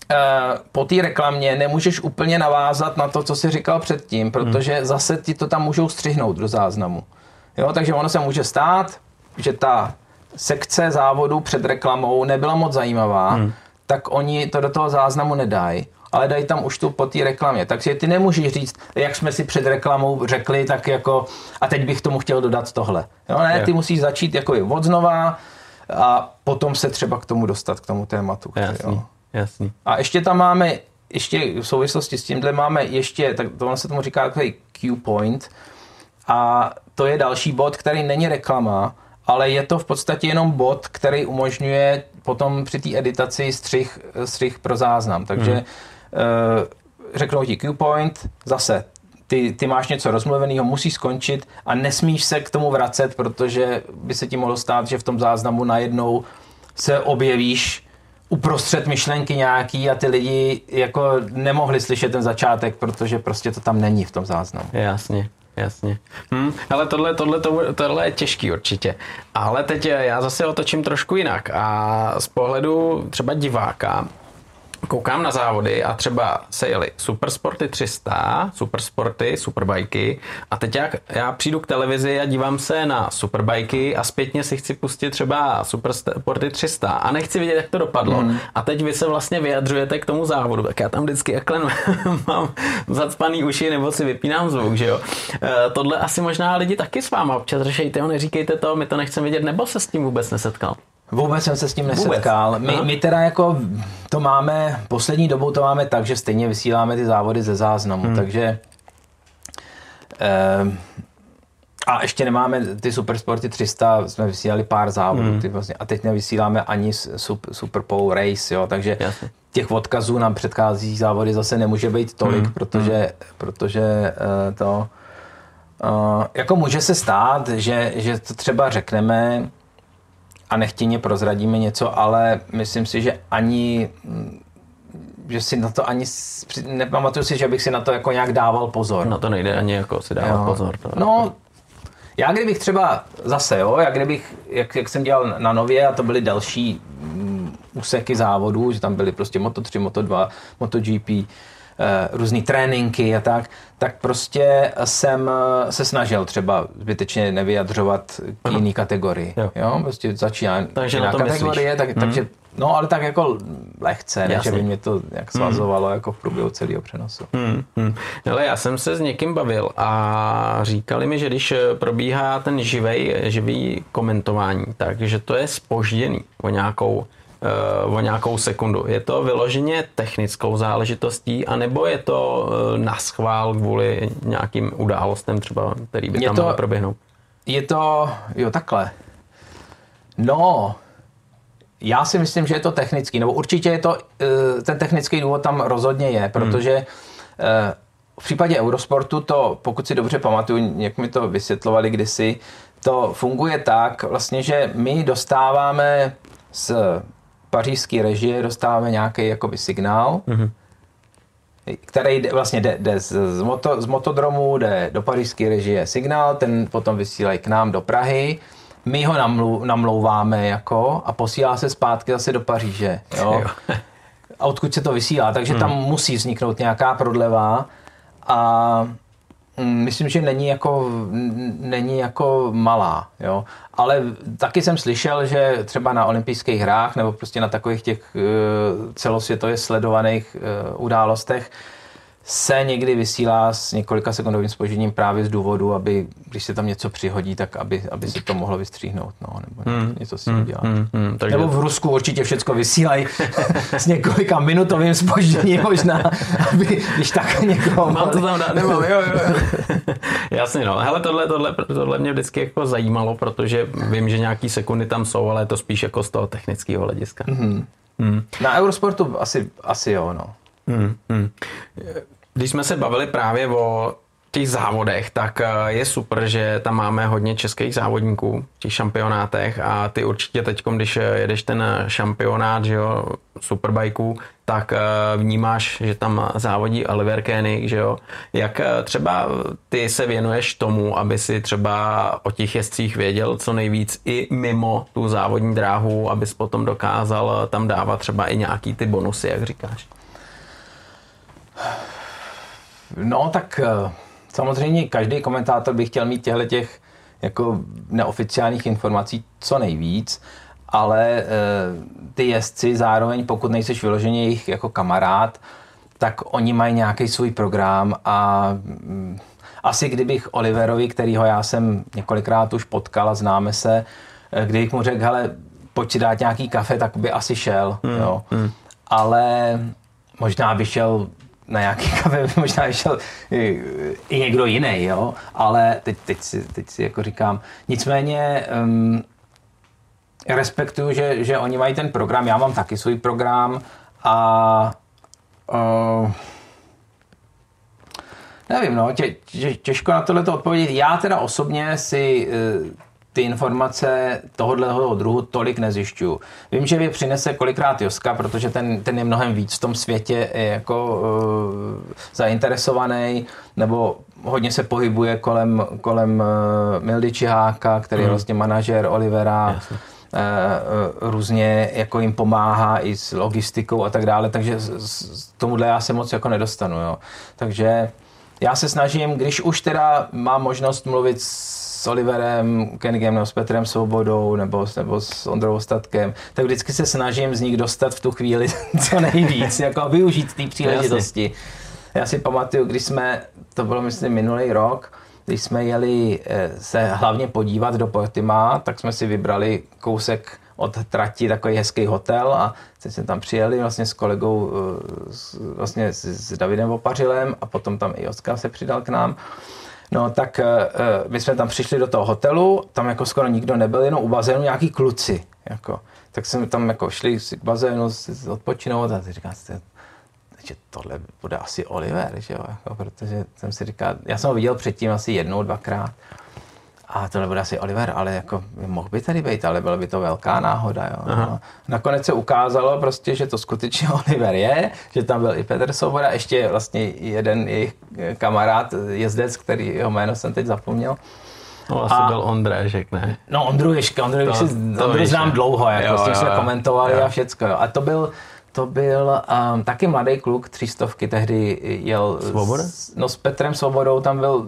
po té reklamě nemůžeš úplně navázat na to, co jsi říkal předtím, protože zase ti to tam můžou střihnout do záznamu. Jo, takže ono se může stát, že ta sekce závodu před reklamou nebyla moc zajímavá, tak oni to do toho záznamu nedají, ale dají tam už tu po té reklamě. Takže ty nemůžeš říct, jak jsme si před reklamou řekli, tak jako a teď bych tomu chtěl dodat tohle. Jo, ne, ty musíš začít jako od znova a potom se třeba k tomu dostat, k tomu tématu. Jasný. A ještě tam máme, ještě v souvislosti s tímhle máme ještě, tak to se tomu říká takový Q point a to je další bod, který není reklama, ale je to v podstatě jenom bod, který umožňuje potom při té editaci střih pro záznam. Takže řeknou ti Q point, zase ty máš něco rozmluveného, musíš skončit a nesmíš se k tomu vracet, protože by se ti mohlo stát, že v tom záznamu najednou se objevíš uprostřed myšlenky nějaký a ty lidi jako nemohli slyšet ten začátek, protože prostě to tam není v tom záznamu. Jasně. Ale tohle je těžký určitě. Ale teď já zase otočím trošku jinak a z pohledu třeba diváka koukám na závody a třeba se jeli Supersporty 300, Supersporty, Superbajky a teď já přijdu k televizi a dívám se na Superbajky a zpětně si chci pustit třeba Supersporty 300 a nechci vidět, jak to dopadlo. A teď vy se vlastně vyjadřujete k tomu závodu, tak já tam vždycky jakhle mám zacpaný uši nebo si vypínám zvuk, že jo. Tohle asi možná lidi taky s váma občas řešejte, neříkejte to, my to nechceme vidět, nebo se s tím vůbec nesetkal? Vůbec jsem se s tím nesetkal. My teda jako to máme, poslední dobou to máme tak, že stejně vysíláme ty závody ze záznamu, takže a ještě nemáme ty Supersporty 300, jsme vysílali pár závodů ty vlastně, a teď nevysíláme ani Super Pole Race, jo, takže těch odkazů nám předchází závody zase nemůže být tolik, protože to jako může se stát, že to třeba řekneme a nechtěně prozradíme něco, ale myslím si, že že si na to ani nepamatuju si, že bych si na to jako nějak dával pozor. No to nejde ani jako si dávat pozor. No, já kdybych třeba zase, jak jsem dělal na Nově a to byly další úseky závodů, že tam byly prostě Moto3, Moto2, MotoGP, různý tréninky a tak prostě jsem se snažil třeba zbytečně nevyjadřovat k jiný kategorii. Jo, prostě začíná jiná kategorie, takže no, ale tak jako lehce, ne, že by mě to jak svazovalo jako v průběhu celého přenosu. Ale já jsem se s někým bavil a říkali mi, že když probíhá ten živý komentování, takže to je zpožděný o nějakou sekundu. Je to vyloženě technickou záležitostí, anebo je to naschvál kvůli nějakým událostem třeba, který by tam mohly proběhnout? Je to, takhle. No, já si myslím, že je to technický, nebo určitě je to, ten technický důvod tam rozhodně je, protože v případě Eurosportu to, pokud si dobře pamatuju, jak mi to vysvětlovali kdysi, to funguje tak vlastně, že my dostáváme z pařížské režie dostáváme nějaký jakoby signál, který vlastně jde z motodromu, jde do pařížské režie signál, ten potom vysílají k nám do Prahy, my ho namlouváme a posílá se zpátky zase do Paříže. Jo? A odkud se to vysílá, takže tam musí vzniknout nějaká prodleva a myslím, že není jako malá, jo. Ale taky jsem slyšel, že třeba na olympijských hrách nebo prostě na takových těch celosvětově sledovaných událostech se někdy vysílá s několika sekundovým zpožděním právě z důvodu, aby když se tam něco přihodí, tak aby se to mohlo vystříhnout, no, nebo něco s tím dělat. Nebo v Rusku určitě všecko vysílají s několika minutovým zpožděním možná, aby když tak někoho... Mám to tam dát, nemám, jo. Jasně, no. Hele, tohle mě vždycky jako zajímalo, protože vím, že nějaký sekundy tam jsou, ale je to spíš jako z toho technického hlediska. Na Eurosportu asi jo, no. Když jsme se bavili právě o těch závodech, tak je super, že tam máme hodně českých závodníků v těch šampionátech a ty určitě teď, když jedeš ten šampionát, že jo, superbajků, tak vnímáš, že tam závodí Oliver Koenig, že jo. Jak třeba ty se věnuješ tomu, aby si třeba o těch jezdcích věděl co nejvíc i mimo tu závodní dráhu, abys potom dokázal tam dávat třeba i nějaký ty bonusy, jak říkáš? No tak samozřejmě každý komentátor by chtěl mít těch jako neoficiálních informací co nejvíc, ale ty jezdci zároveň, pokud nejseš vyloženě jejich jako kamarád, tak oni mají nějaký svůj program a asi kdybych Oliverovi, kterýho já jsem několikrát už potkal a známe se, kdybych mu řekl, hele, pojď si dát nějaký kafe, tak by asi šel, jo. Ale možná by šel na nějaký kafe, možná šel i někdo jiný, jo, ale teď si jako říkám, nicméně respektuju, že oni mají ten program, já mám taky svůj program a nevím, no, těžko na tohleto odpovědět. Já teda osobně si ty informace tohoto druhu tolik nezjišťuju. Vím, že je přinese kolikrát Joska, protože ten je mnohem víc v tom světě jako zainteresovaný, nebo hodně se pohybuje kolem Mildy Čiháka, který je vlastně manažer Olivera. Jasně. Různě jako jim pomáhá i s logistikou a tak dále, takže tomuhle já se moc jako nedostanu, jo. Takže já se snažím, když už teda mám možnost mluvit s Oliverem Koenigem nebo s Petrem Svobodou nebo s Ondrou Ostatkem, tak vždycky se snažím z nich dostat v tu chvíli co nejvíc, jako využít té příležitosti. Já si pamatuju, to bylo myslím minulý rok, když jsme jeli se hlavně podívat do Portima, tak jsme si vybrali kousek od trati, takový hezký hotel a jsme tam přijeli vlastně s kolegou, vlastně s Davidem Opařilem a potom tam i Oskar se přidal k nám. No tak my jsme tam přišli do toho hotelu, tam jako skoro nikdo nebyl, jenom u bazénu nějaký kluci. Jako. Tak jsme tam jako šli k bazénu odpočinout a říkám, že tohle bude asi Oliver, že jo, jako, protože jsem si říkal, já jsem ho viděl předtím asi jednou, dvakrát a tohle bude asi Oliver, ale jako mohl by tady být, ale byla by to velká náhoda, jo. No. Nakonec se ukázalo prostě, že to skutečně Oliver je, že tam byl i Petr Svoboda, ještě vlastně jeden jejich kamarád, jezdec, který jeho jméno jsem teď zapomněl. No asi byl Ondřejšek, ne? No Ondru znám dlouho, jako s tím jsme komentovali a všecko, jo. A to byl taky mladý kluk, 300 tehdy jel s Petrem Svobodou, tam byl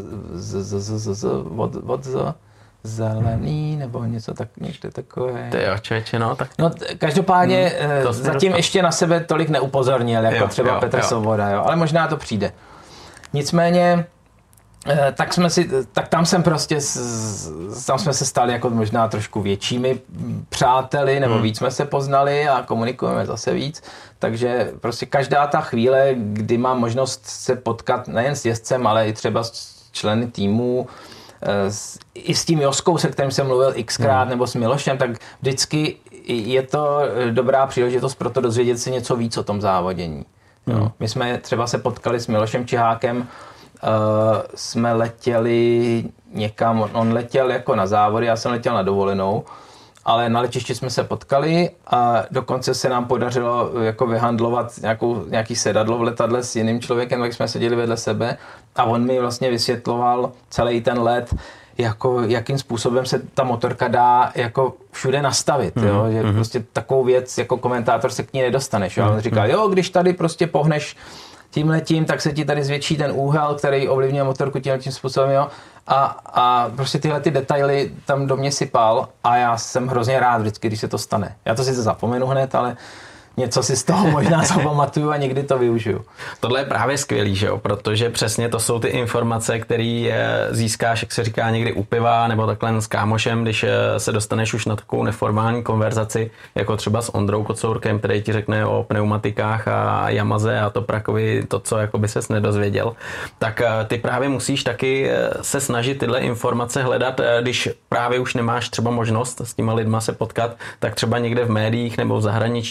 zelený nebo něco takové. Ty jo, člověče, no tak. No každopádně zatím ještě na sebe tolik neupozornil, jako třeba Petr Svoboda, jo, ale možná to přijde. Nicméně tak tam jsme se stali jako možná trošku většími přáteli, nebo víc jsme se poznali a komunikujeme zase víc, takže prostě každá ta chvíle, kdy mám možnost se potkat nejen s jezdcem, ale i třeba s členy týmu, i s tím Joskou, se kterým jsem mluvil xkrát, nebo s Milošem, tak vždycky je to dobrá příležitost pro to dozvědět si něco víc o tom závodění. Jo. My jsme třeba se potkali s Milošem Čihákem, jsme letěli někam, on letěl jako na závody, já jsem letěl na dovolenou, ale na letišti jsme se potkali a dokonce se nám podařilo jako vyhandlovat nějaký sedadlo v letadle s jiným člověkem, tak jsme seděli vedle sebe a on mi vlastně vysvětloval celý ten let, jako jakým způsobem se ta motorka dá jako všude nastavit, jo? Že prostě takovou věc jako komentátor se k ní nedostaneš. Jo? On říkal, jo, když tady prostě pohneš tímhletím, tak se ti tady zvětší ten úhel, který ovlivňuje motorku tímhletím způsobem, jo. A prostě tyhle ty detaily tam do mě sypal a já jsem hrozně rád vždycky, když se to stane. Já to sice zapomenu hned, ale něco si z toho možná zapamatuju a někdy to využiju. Tohle je právě skvělý, že jo? Protože přesně to jsou ty informace, které získáš, jak se říká, někdy u piva nebo takhle s kámošem, když se dostaneš už na takovou neformální konverzaci, jako třeba s Ondrou Kocourkem, který ti řekne o pneumatikách a Yamaze a Toprakovi to, co jako by ses nedozvěděl. Tak ty právě musíš taky se snažit tyhle informace hledat, když právě už nemáš třeba možnost s těma lidma se potkat, tak třeba někde v médiích nebo v zahraničních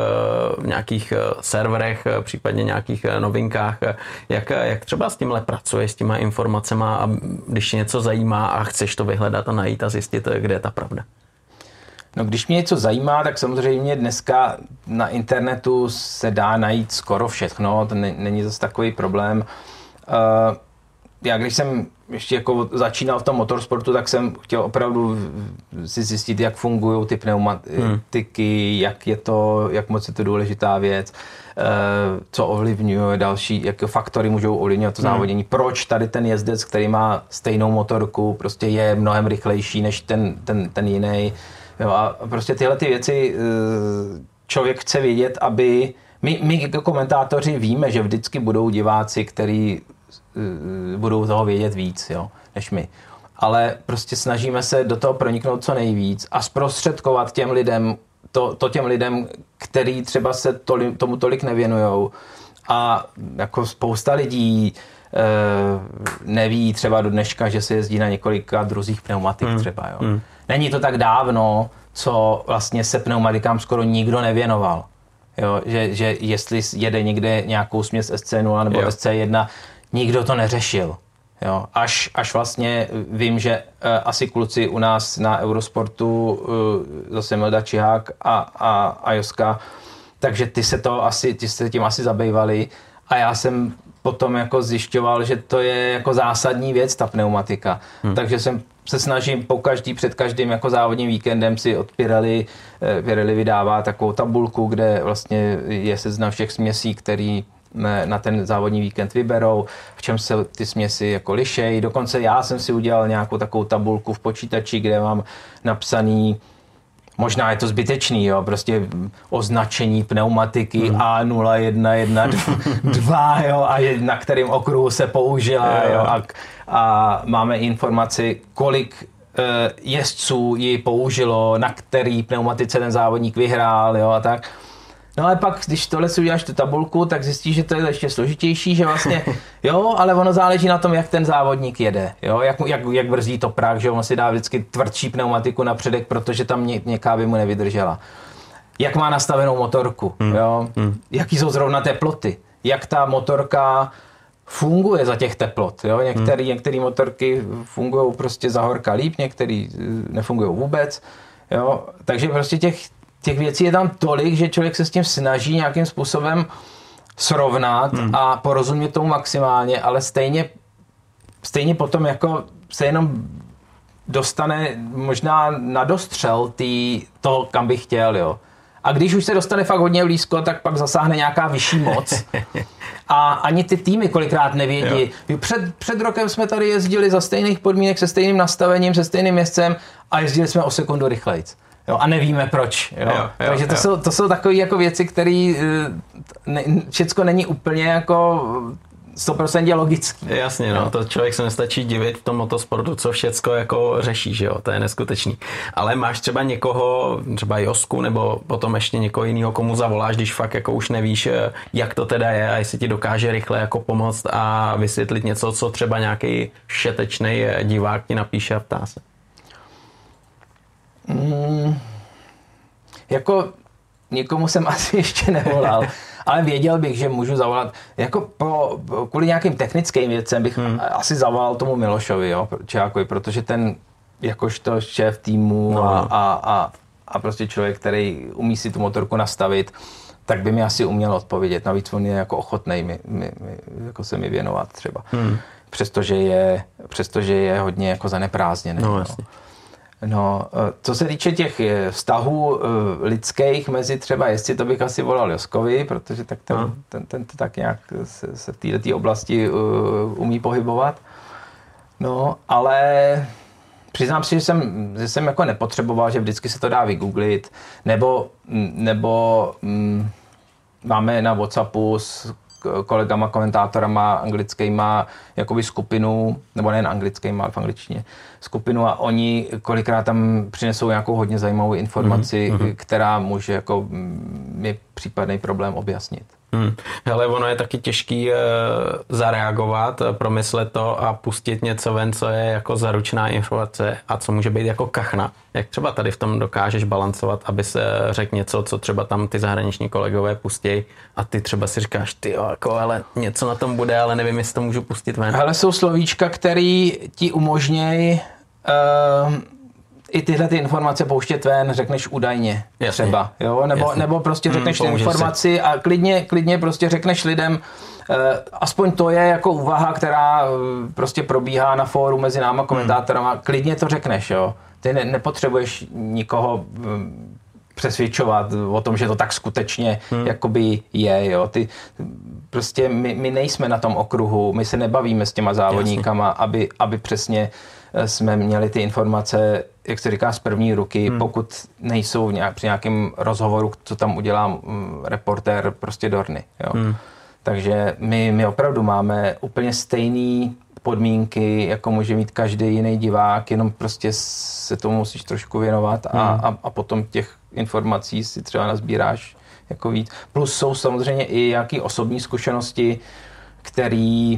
nějakých serverech, případně nějakých novinkách. Jak třeba s tímhle pracuješ, s těma informacema, a když tě něco zajímá a chceš to vyhledat a najít a zjistit, kde je ta pravda? No, když mě něco zajímá, tak samozřejmě dneska na internetu se dá najít skoro všechno, to není zase takový problém. Já když jsem ještě jako začínal v tom motorsportu, tak jsem chtěl opravdu si zjistit, jak fungují ty pneumatiky, jak moc je to důležitá věc, co ovlivňuje další, jaké faktory můžou ovlivňovat to závodění, proč tady ten jezdec, který má stejnou motorku, prostě je mnohem rychlejší než ten jiný. Jo, a prostě tyhle ty věci člověk chce vědět, aby my jako komentátoři víme, že vždycky budou diváci, kteří budou toho vědět víc, jo, než my. Ale prostě snažíme se do toho proniknout co nejvíc a zprostředkovat těm lidem, těm lidem, který třeba se tomu tolik nevěnujou. A jako spousta lidí neví třeba do dneška, že se jezdí na několika druzích pneumatik třeba. Jo. Není to tak dávno, co vlastně se pneumatikám skoro nikdo nevěnoval. Jo, že jestli jede někde nějakou směs SC0 nebo SC1, nikdo to neřešil. Jo. Až vlastně vím, že asi kluci u nás na Eurosportu, zase Milda Čihák a Joska, takže ty se tím asi zabývali a já jsem potom jako zjišťoval, že to je jako zásadní věc, ta pneumatika. Takže se snažím před každým jako závodním víkendem si od Pirelli vydává takovou tabulku, kde vlastně je seznam všech směsí, který na ten závodní víkend vyberou, v čem se ty směsi jako lišejí. Dokonce já jsem si udělal nějakou takovou tabulku v počítači, kde mám napsaný, možná je to zbytečný, jo, prostě označení pneumatiky A0112, jo, a na kterém okruhu se použila, jo, a máme informaci, kolik jezdců ji použilo, na který pneumatice ten závodník vyhrál, jo, a tak. No ale pak, když tohle si uděláš tu tabulku, tak zjistíš, že to je ještě složitější, že vlastně, jo, ale ono záleží na tom, jak ten závodník jede, jo, jak brzdí to prach, že on si dá vždycky tvrdší pneumatiku na předek, protože tam něká by mu nevydržela. Jak má nastavenou motorku, jo, jaký jsou zrovna teploty, jak ta motorka funguje za těch teplot, jo, některé motorky fungují prostě za horka líp, některé nefungují vůbec, jo, takže prostě těch věcí je tam tolik, že člověk se s tím snaží nějakým způsobem srovnat a porozumět tomu maximálně, ale stejně potom jako se jenom dostane možná na dostřel toho, kam by chtěl, jo. A když už se dostane fakt hodně blízko, tak pak zasáhne nějaká vyšší moc. A ani ty týmy kolikrát nevědí. Před rokem jsme tady jezdili za stejných podmínek, se stejným nastavením, se stejným jezdcem a jezdili jsme o sekundu rychlejc. Jo, a nevíme proč. Jo. Takže to jsou takové jako věci, které všecko není úplně jako 100% logický. Jasně, no, to člověk se nestačí divit v tom motosportu, co všecko jako řeší, že jo, to je neskutečný. Ale máš třeba někoho, třeba Josku, nebo potom ještě někoho jiného, komu zavoláš, když fakt jako už nevíš, jak to teda je a jestli ti dokáže rychle jako pomoct a vysvětlit něco, co třeba nějaký šetečný divák ti napíše a ptá se. Jako nikomu jsem asi ještě nevolal, ale věděl bych, že můžu zavolat. Jako kvůli nějakým technickým věcem bych asi zavolal tomu Milošovi, jo, Čihákovi, protože ten jakožto šéf týmu a prostě člověk, který umí si tu motorku nastavit, tak by mi asi uměl odpovědět. Navíc on je jako ochotnej jako se mi věnovat třeba. Přestože je hodně jako zaneprázdněný. No, jasně. No, co se týče těch vztahů lidských mezi třeba jezdci, to bych asi volal Joskovi, protože tak ten to tak nějak se v této oblasti umí pohybovat. No, ale přiznám si, že jsem jako nepotřeboval, že vždycky se to dá vygooglit, nebo máme na WhatsAppu s kolegama, komentátorama anglickýma jakoby skupinu, nebo nejen anglickýma, ale v angličtině skupinu a oni kolikrát tam přinesou nějakou hodně zajímavou informaci, která může jako mi případný problém objasnit. Hele, ono je taky těžký zareagovat, promyslet to a pustit něco ven, co je jako zaručená informace a co může být jako kachna. Jak třeba tady v tom dokážeš balancovat, aby se řekl něco, co třeba tam ty zahraniční kolegové pustějí a ty třeba si říkáš, ty jo, jako, ale něco na tom bude, ale nevím, jestli to můžu pustit ven. Hele, jsou slovíčka, který ti umožnějí i tyhle ty informace pouštět ven, řekneš údajně. Jasně. Třeba, jo? Nebo prostě řekneš ty informaci a klidně prostě řekneš lidem, aspoň to je jako úvaha, která prostě probíhá na fóru mezi náma komentátorama, klidně to řekneš, jo. Ty nepotřebuješ nikoho přesvědčovat o tom, že to tak skutečně jakoby je, jo. Ty prostě my nejsme na tom okruhu, my se nebavíme s těma závodníkama, aby přesně jsme měli ty informace, jak se říká, z první ruky, pokud nejsou při nějakém rozhovoru, co tam udělá reportér prostě Dorny. Jo. Takže my opravdu máme úplně stejné podmínky, jako může mít každý jiný divák, jenom prostě se tomu musíš trošku věnovat a potom těch informací si třeba nazbíráš jako víc. Plus jsou samozřejmě i nějaké osobní zkušenosti, které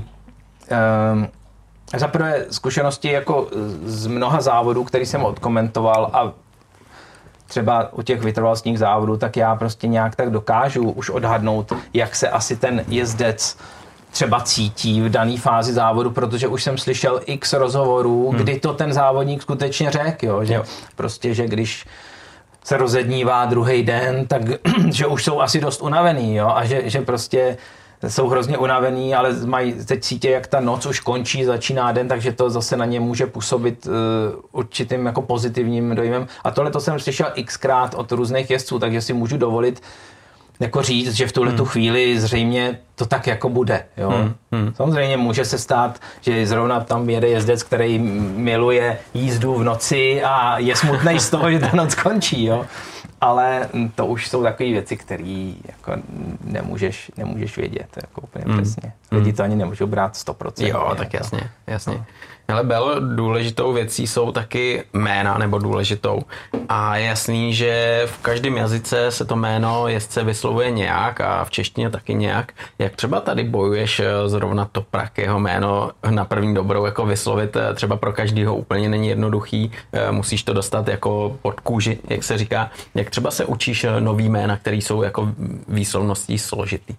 za prvé zkušenosti jako z mnoha závodů, který jsem odkomentoval a třeba u těch vytrvalostních závodů, tak já prostě nějak tak dokážu už odhadnout, jak se asi ten jezdec třeba cítí v dané fázi závodu, protože už jsem slyšel x rozhovorů, kdy to ten závodník skutečně řekl, jo, že prostě, že když se rozednívá druhý den, tak že už jsou asi dost unavený, jo, a že prostě jsou hrozně unavený, ale mají teď cítě, jak ta noc už končí, začíná den, takže to zase na ně může působit určitým jako pozitivním dojmem. A tohle to jsem slyšel xkrát od různých jezdců, takže si můžu dovolit jako říct, že v tuhletu chvíli zřejmě to tak jako bude. Jo? Samozřejmě může se stát, že zrovna tam jede jezdec, který miluje jízdu v noci a je smutnej z toho, že ta noc končí. Jo? Ale to už jsou takové věci, které jako nemůžeš vědět jako úplně přesně. Lidi to ani nemůžou brát 100%. Jo, tak jasně. No. Ale důležitou věcí jsou taky jména, nebo důležitou. A je jasný, že v každém jazyce se to jméno jezdce vyslovuje nějak a v češtině taky nějak. Jak třeba tady bojuješ zrovna Toprak, jeho jméno na první dobrou jako vyslovit, třeba pro každýho úplně není jednoduchý, musíš to dostat jako pod kůži, jak se říká. Jak třeba se učíš nový jména, které jsou jako výslovností složitý?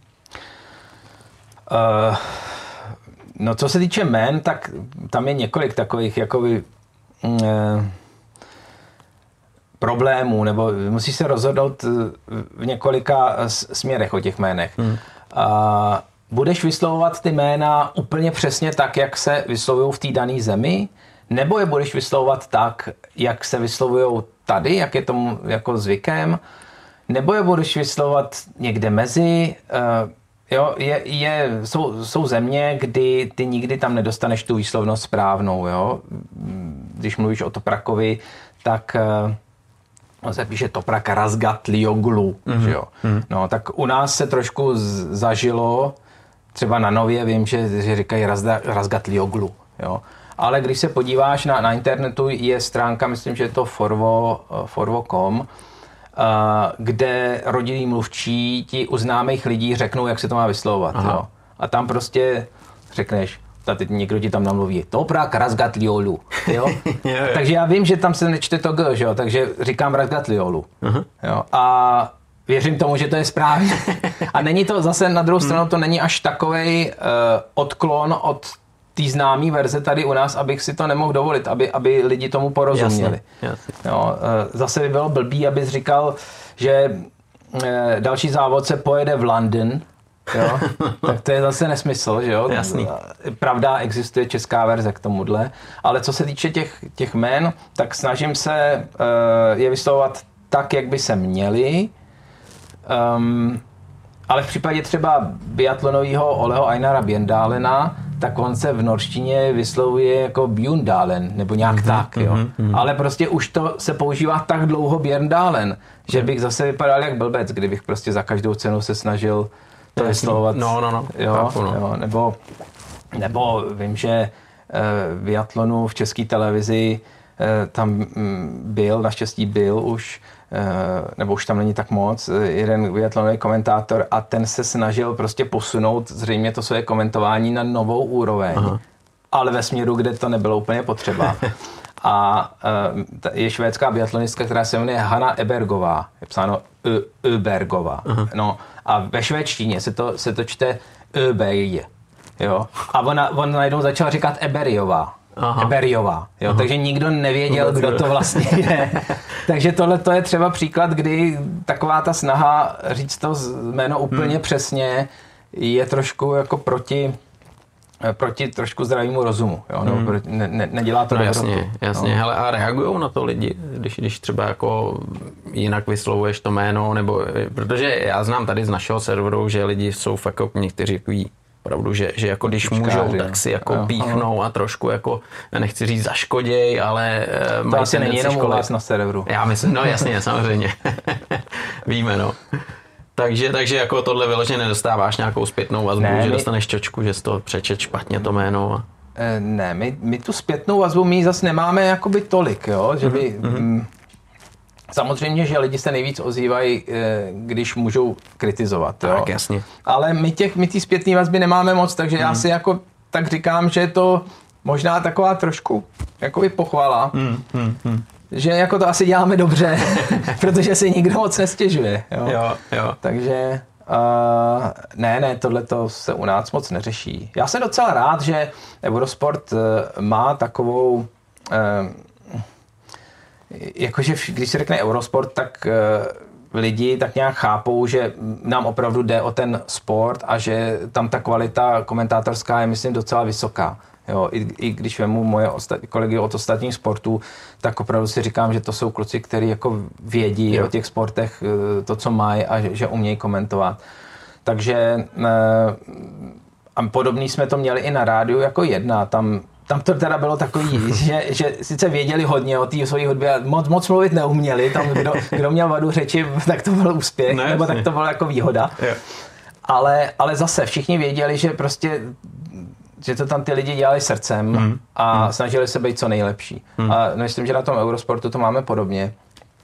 No co se týče jmén, tak tam je několik takových jakoby problémů, nebo musíš se rozhodnout v několika směrech o těch jménech. Budeš vyslovovat ty jména úplně přesně tak, jak se vyslovují v té dané zemi, nebo je budeš vyslovovat tak, jak se vyslovují tady, jak je tomu jako zvykem, nebo je budeš vyslovovat někde mezi. Jo, jsou země, kdy ty nikdy tam nedostaneš tu výslovnost správnou. Jo? Když mluvíš o Toprakovi, tak se píše Toprak Razgatlioglu. Jo? No, tak u nás se trošku zažilo, třeba na Nově vím, že říkají Razgatlioglu. Jo? Ale když se podíváš na internetu, je stránka, myslím, že je to forvo.com, kde rodinní mluvčí ti u známých lidí řeknou, jak se to má vyslovovat. Jo. A tam prostě řekneš, teď někdo ti tam namluví Toprak Razgatlioglu. Takže já vím, že tam se nečte to G, že jo? Takže říkám Razgatlioglu. Jo. A věřím tomu, že to je správně. A není to zase na druhou stranu, to není až takovej odklon od té známé verze tady u nás, abych si to nemohl dovolit, aby lidi tomu porozuměli. Jasně. Jo, zase by bylo blbý, abys říkal, že další závod se pojede v London, jo? Tak to je zase nesmysl, že jo? Jasný. Pravda, existuje česká verze k tomuhle, ale co se týče těch jmen, tak snažím se je vyslovovat tak, jak by se měli, ale v případě třeba biatlonového Oleho Einara Bjørndalena, tak on se v norštině vyslovuje jako Bjørndalen, nebo nějak tak, jo. Ale prostě už to se používá tak dlouho Bjørndalen, že bych zase vypadal jak blbec, kdybych prostě za každou cenu se snažil to vyslovovat. No. Jo, nebo vím, že v biatlonu v České televizi tam byl, naštěstí byl už, nebo už tam není tak moc, jeden biatlonový komentátor a ten se snažil prostě posunout zřejmě to své komentování na novou úroveň, ale ve směru, kde to nebylo úplně potřeba. A je švédská biatlonistka, která se jmenuje Hanna Ebergová, je psáno Öbergová. No, a ve švédštině se to čte Öberg, jo. A on najednou začal říkat Eberiová, jo. Takže nikdo nevěděl, kdo to vlastně je. Takže tohle je třeba příklad, kdy taková ta snaha říct to jméno úplně přesně je trošku jako proti trošku zdravému rozumu, jo? Nedělá to dobrotu. Jasně. Hele, a reagujou na to lidi, když třeba jako jinak vyslovuješ to jméno, nebo, protože já znám tady z našeho serveru, že lidi jsou fakt jako někteří takový opravdu, že jako když můžou, tak si jako píchnou a trošku jako, nechci říct zaškoděj, ale to asi není jenom u vás na serveru. Já myslím, no jasně, samozřejmě. Víme, no. Takže jako tohle vyloženě nedostáváš nějakou zpětnou vazbu, že dostaneš čočku, že jsi to přečet špatně to jméno. Ne, my tu zpětnou vazbu my zase nemáme jakoby tolik, jo, že by... Samozřejmě, že lidi se nejvíc ozývají, když můžou kritizovat, jo. Tak, jasně. Ale my ty zpětné vazby nemáme moc, takže já si jako tak říkám, že je to možná taková trošku jakoby pochvala. Že jako to asi děláme dobře, protože si nikdo moc nestěžuje. Jo. Takže ne, tohleto se u nás moc neřeší. Já jsem docela rád, že Eurosport má takovou, jakože když se řekne Eurosport, tak lidi tak nějak chápou, že nám opravdu jde o ten sport a že tam ta kvalita komentátorská je, myslím, docela vysoká. Jo, i když vemu moje kolegy od ostatních sportů, tak opravdu si říkám, že to jsou kluci, kteří jako vědí o těch sportech to, co mají a že umějí komentovat. Takže a podobný jsme to měli i na rádiu jako jedna. Tam to teda bylo takový, že sice věděli hodně o té své hudbě, moc mluvit neuměli. Tam kdo měl vadu řeči, tak to byl úspěch, nebo tak to byla jako výhoda. Ale zase všichni věděli, že prostě že to tam ty lidi dělali srdcem a snažili se být co nejlepší. A myslím, že na tom Eurosportu to máme podobně.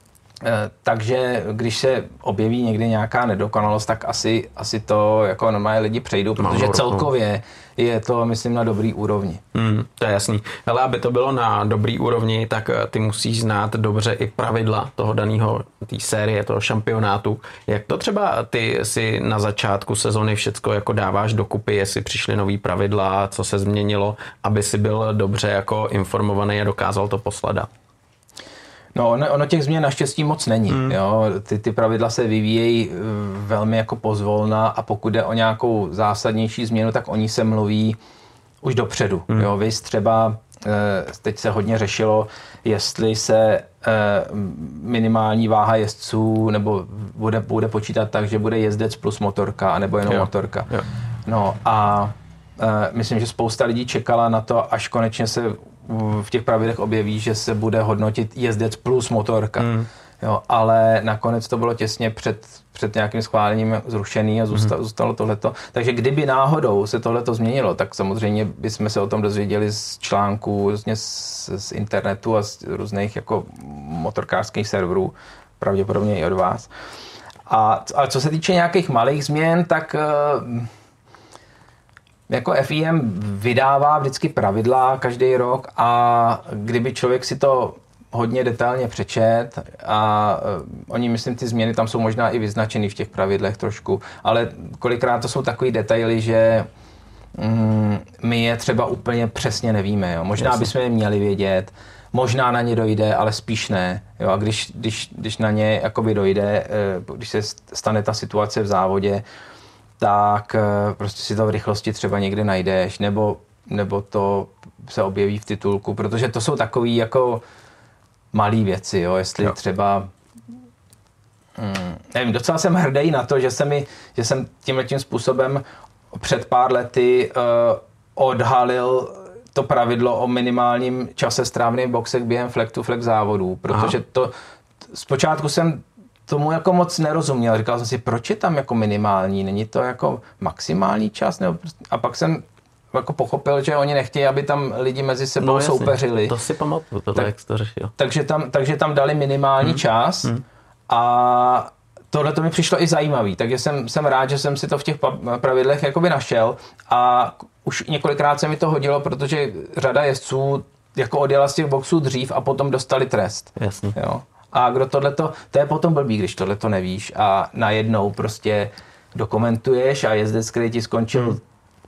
Takže když se objeví někdy nějaká nedokonalost, tak asi to jako normálně lidi přejdou, protože celkově je to, myslím, na dobrý úrovni. To je jasný. Ale aby to bylo na dobrý úrovni, tak ty musíš znát dobře i pravidla toho daného, té série, toho šampionátu. Jak to třeba ty si na začátku sezony všecko jako dáváš dokupy, jestli přišly nový pravidla, co se změnilo, aby si byl dobře jako informovaný a dokázal to posledat? No, ono těch změn naštěstí moc není. Jo? Ty pravidla se vyvíjejí velmi jako pozvolna a pokud jde o nějakou zásadnější změnu, tak o ní se mluví už dopředu. Jo? Vys třeba, teď se hodně řešilo, jestli se minimální váha jezdců nebo bude počítat tak, že bude jezdec plus motorka, anebo jenom motorka. Jo. No a myslím, že spousta lidí čekala na to, až konečně se v těch pravidlech objeví, že se bude hodnotit jezdec plus motorka. Jo, ale nakonec to bylo těsně před nějakým schválením zrušený a zůstalo tohleto. Takže kdyby náhodou se tohleto změnilo, tak samozřejmě bychom se o tom dozvěděli z článků, z internetu a z různých jako motorkářských serverů, pravděpodobně i od vás. A co se týče nějakých malých změn, tak jako FIM vydává vždycky pravidla každý rok a kdyby člověk si to hodně detailně přečet a oni, myslím, ty změny tam jsou možná i vyznačeny v těch pravidlech trošku, ale kolikrát to jsou takový detaily, že my je třeba úplně přesně nevíme. Jo. Možná bychom je měli vědět, možná na ně dojde, ale spíš ne. Jo. A když na ně jakoby dojde, když se stane ta situace v závodě, tak prostě si to v rychlosti třeba někde najdeš, nebo to se objeví v titulku, protože to jsou takový jako malý věci, jo, jestli třeba nevím, docela jsem hrdý na to, že jsem tímhletím způsobem před pár lety odhalil to pravidlo o minimálním čase strávným v boxech během flag-to-flag závodů, protože to zpočátku jsem tomu jako moc nerozuměl. Říkal jsem si, proč je tam jako minimální, není to jako maximální čas? A pak jsem jako pochopil, že oni nechtějí, aby tam lidi mezi sebou soupeřili. To si pamatuju, tohle, jak jsi to řešil. Takže tam dali minimální čas a tohle to mi přišlo i zajímavý, takže jsem rád, že jsem si to v těch pravidlech jakoby našel a už několikrát se mi to hodilo, protože řada jezdců jako odjela z těch boxů dřív a potom dostali trest. Jasně. Jo. A kdo tohleto, to je potom blbý, když tohleto nevíš a najednou prostě dokumentuješ a jezdec, který ti skončil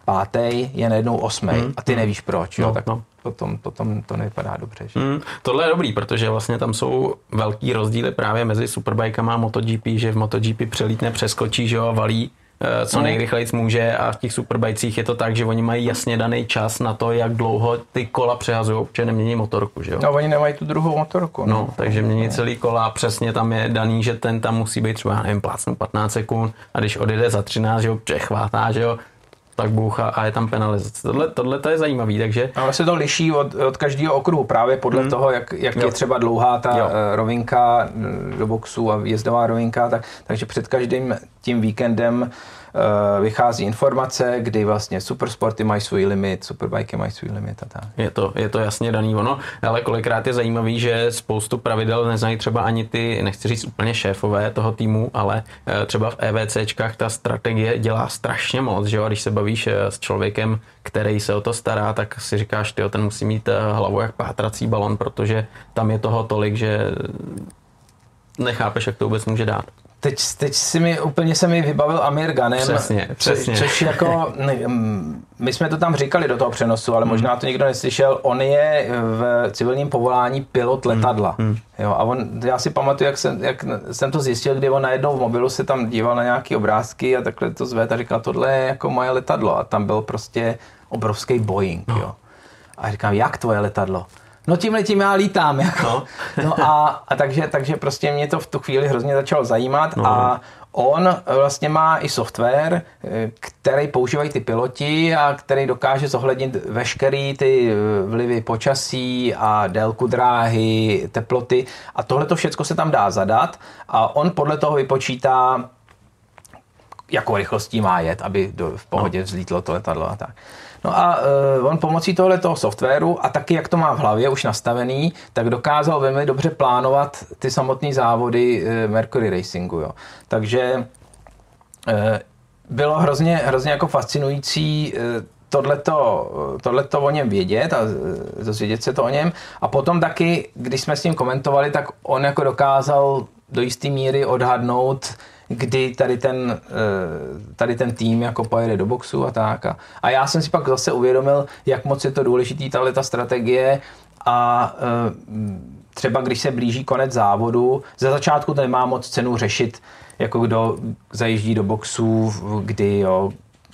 5. je najednou 8. a ty nevíš proč, jo, tak potom to nevypadá dobře. Že? Tohle je dobrý, protože vlastně tam jsou velký rozdíly právě mezi superbikama a MotoGP, že v MotoGP přelítne, přeskočí, že jo, valí co nejrychleji může a v těch superbajcích je to tak, že oni mají jasně daný čas na to, jak dlouho ty kola přehazují, protože nemění motorku, že jo? No, oni nemají tu druhou motorku. No, takže mění celý kola, přesně tam je daný, že ten tam musí být třeba, nevím, plácnu 15 sekund a když odjede za 13, že jo, přechvátá, že jo, tak boucha a je tam penalizace. Tohle to je zajímavý, takže... Ale se to liší od každého okruhu právě podle toho, jak je třeba dlouhá ta rovinka do boxu a jezdová rovinka, takže před každým tím víkendem vychází informace, kdy vlastně supersporty mají svůj limit, superbajky mají svůj limit a tak. Je to jasně daný ono, ale kolikrát je zajímavý, že spoustu pravidel neznají třeba ani ty, nechci říct úplně šéfové toho týmu, ale třeba v EVCčkách ta strategie dělá strašně moc, že jo, a když se bavíš s člověkem, který se o to stará, tak si říkáš, tyjo, ten musí mít hlavu jak pátrací balon, protože tam je toho tolik, že nechápeš, jak to vůbec může dát. Teď se mi vybavil Amir Ghanem, přesně. Což jako, my jsme to tam říkali do toho přenosu, ale možná to nikdo neslyšel, on je v civilním povolání pilot letadla. Jo, a já si pamatuju, jak jsem to zjistil, kdy on najednou v mobilu se tam díval na nějaké obrázky a takhle to zvedl a říkal, tohle je jako moje letadlo a tam byl prostě obrovský Boeing. Jo. A říkám, jak tvoje letadlo? No tímhletím já lítám. Jako. No a takže prostě mě to v tu chvíli hrozně začalo zajímat a on vlastně má i software, který používají ty piloti a který dokáže zohlednit veškerý ty vlivy počasí a délku dráhy, teploty a tohle to všecko se tam dá zadat a on podle toho vypočítá, jakou rychlostí má jet, aby v pohodě vzlítlo to letadlo a tak. No a on pomocí tohoto softwaru a taky, jak to má v hlavě už nastavený, tak dokázal velmi dobře plánovat ty samotné závody Mercury Racingu. Jo. Takže bylo hrozně jako fascinující tohleto o něm vědět a dozvědět se to o něm. A potom taky, když jsme s ním komentovali, tak on jako dokázal do jisté míry odhadnout, kdy tady ten tým jako pojede do boxu a tak. A já jsem si pak zase uvědomil, jak moc je to důležitý tato strategie a třeba když se blíží konec závodu, ze začátku to nemá moc cenu řešit, jako kdo zajíždí do boxů, kdy jo,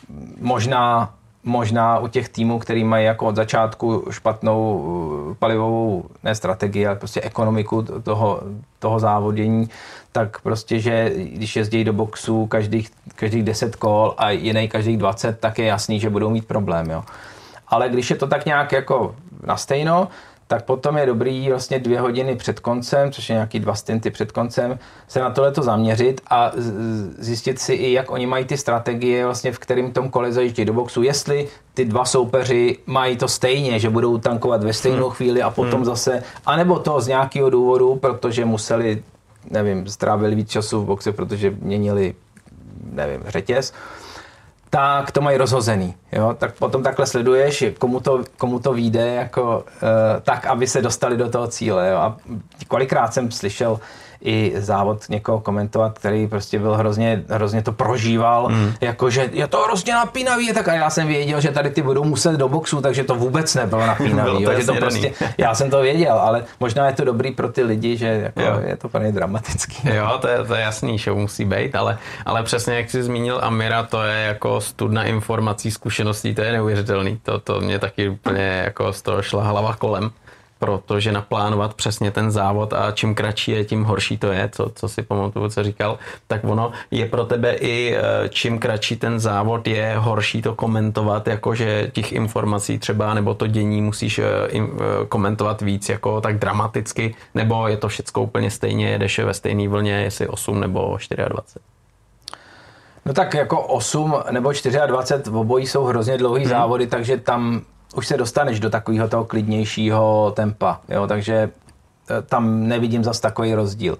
možná u těch týmů, který mají jako od začátku špatnou palivovou, ne strategii, ale prostě ekonomiku toho závodění, tak prostě, že když jezdí do boxu každých 10 kol a jiný každých 20, tak je jasný, že budou mít problém. Jo. Ale když je to tak nějak jako nastejno, tak potom je dobrý vlastně 2 hodiny před koncem, což je nějaký 2 stinty před koncem, se na tohleto zaměřit a zjistit si i, jak oni mají ty strategie, vlastně v kterém tom kole zajíždí do boxu, jestli ty 2 soupeři mají to stejně, že budou tankovat ve stejnou chvíli a potom zase, anebo to z nějakého důvodu, protože museli, nevím, strávili víc času v boxe, protože měnili, nevím, řetěz, tak to mají rozhozený. Jo? Tak potom takhle sleduješ, komu to vyjde jako, tak, aby se dostali do toho cíle. Jo? A kolikrát jsem slyšel i závod někoho komentovat, který prostě byl hrozně to prožíval, jakože je to hrozně napínavý, tak a já jsem věděl, že tady ty budou muset do boxu, takže to vůbec nebylo napínavý. Jo? Že to prostě, já jsem to věděl, ale možná je to dobrý pro ty lidi, že jako je to plně dramatický. Jo, to je jasný, show musí být, ale přesně jak jsi zmínil Amira, to je jako studna informací, zkušeností, to je neuvěřitelný. To mě taky úplně jako z toho šla hlava kolem. Protože naplánovat přesně ten závod a čím kratší je, tím horší to je, co si pamatuju, co říkal, tak ono je pro tebe i čím kratší ten závod je horší to komentovat, jakože těch informací třeba, nebo to dění musíš komentovat víc, jako tak dramaticky, nebo je to všecko úplně stejně, jedeš ve stejné vlně, jestli 8 nebo 24. No tak jako 8 nebo 24 v obojí jsou hrozně dlouhý závody, takže tam už se dostaneš do takového toho klidnějšího tempa, jo, takže tam nevidím zas takový rozdíl.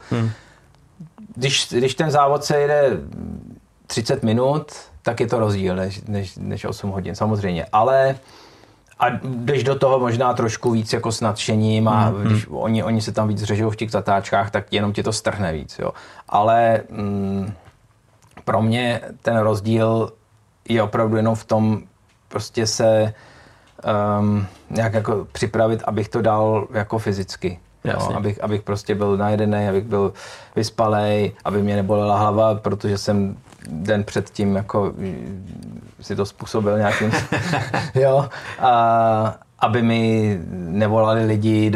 Když ten závod se jede 30 minut, tak je to rozdíl než 8 hodin, samozřejmě, ale a jdeš do toho možná trošku víc jako s nadšením a když oni se tam víc řežou v těch zatáčkách, tak jenom ti to strhne víc, jo. Ale pro mě ten rozdíl je opravdu jenom v tom prostě se nějak jako připravit, abych to dal jako fyzicky. Jo, abych prostě byl najedený, abych byl vyspalej, aby mě nebolela hlava, protože jsem den předtím jako si to způsobil nějakým jo, a aby mi nevolali lidi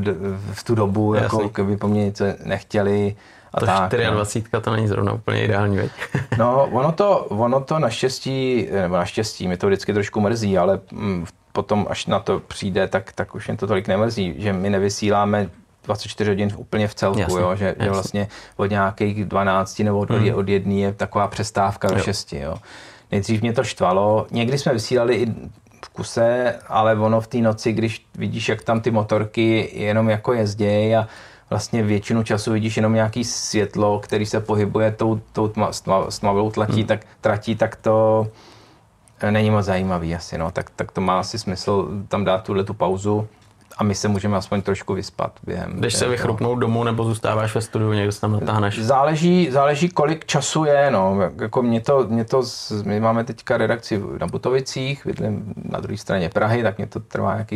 v tu dobu, jako kdyby po mně něco nechtěli. A to tak, 24 to není zrovna úplně ideální, veď? No, ono to naštěstí, mě to vždycky trošku mrzí, ale potom, až na to přijde, tak už mě to tolik nemrzí, že my nevysíláme 24 hodin úplně v celku, jasně, jo? Že vlastně od nějakých 12 nebo od 1 je taková přestávka do 6. Jo? Nejdřív mě to štvalo, někdy jsme vysílali i v kuse, ale ono v té noci, když vidíš, jak tam ty motorky jenom jako jezdějí a vlastně většinu času vidíš jenom nějaký světlo, který se pohybuje tou stmavou tratí, tak to není moc zajímavý asi, no. Tak to má asi smysl tam dát tu pauzu a my se můžeme aspoň trošku vyspat během. Jdeš se vychrupnout domů nebo zůstáváš ve studiu, někde se tam natáhneš? Záleží, kolik času je, no. Jako my máme teďka redakci na Butovicích, bydlím na druhé straně Prahy, tak mě to trvá nějakých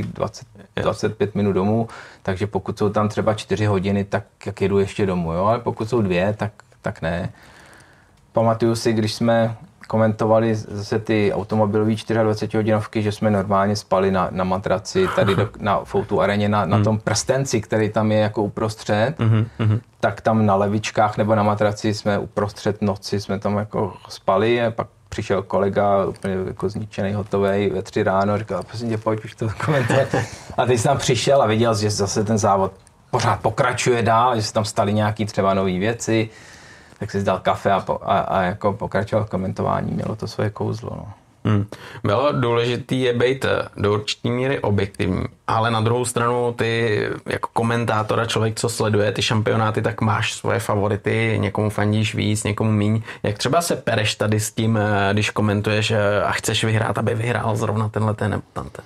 25 minut domů, takže pokud jsou tam třeba 4 hodiny, tak jak jedu ještě domů, jo, ale pokud jsou 2, tak ne. Pamatuju si, když jsme komentovali zase ty automobilové 24hodinovky, že jsme normálně spali na matraci tady na Foutu areně na tom prstenci, který tam je jako uprostřed, tak tam na levičkách nebo na matraci jsme uprostřed noci jsme tam jako spali a pak přišel kolega úplně jako zničený, hotovej ve 3 ráno, říkal, prosím tě, pojď už to komentovat. A teď jsem tam přišel a viděl, že zase ten závod pořád pokračuje dál, že se tam staly nějaký třeba nové věci. Tak si dal kafe a jako pokračoval v komentování, mělo to svoje kouzlo. No. Bylo důležitý je být do určitý míry objektivní, ale na druhou stranu ty jako komentátor a člověk, co sleduje ty šampionáty, tak máš svoje favority, někomu fandíš víc, někomu míň. Jak třeba se pereš tady s tím, když komentuješ a chceš vyhrát, aby vyhrál zrovna tenhle nebo tamten?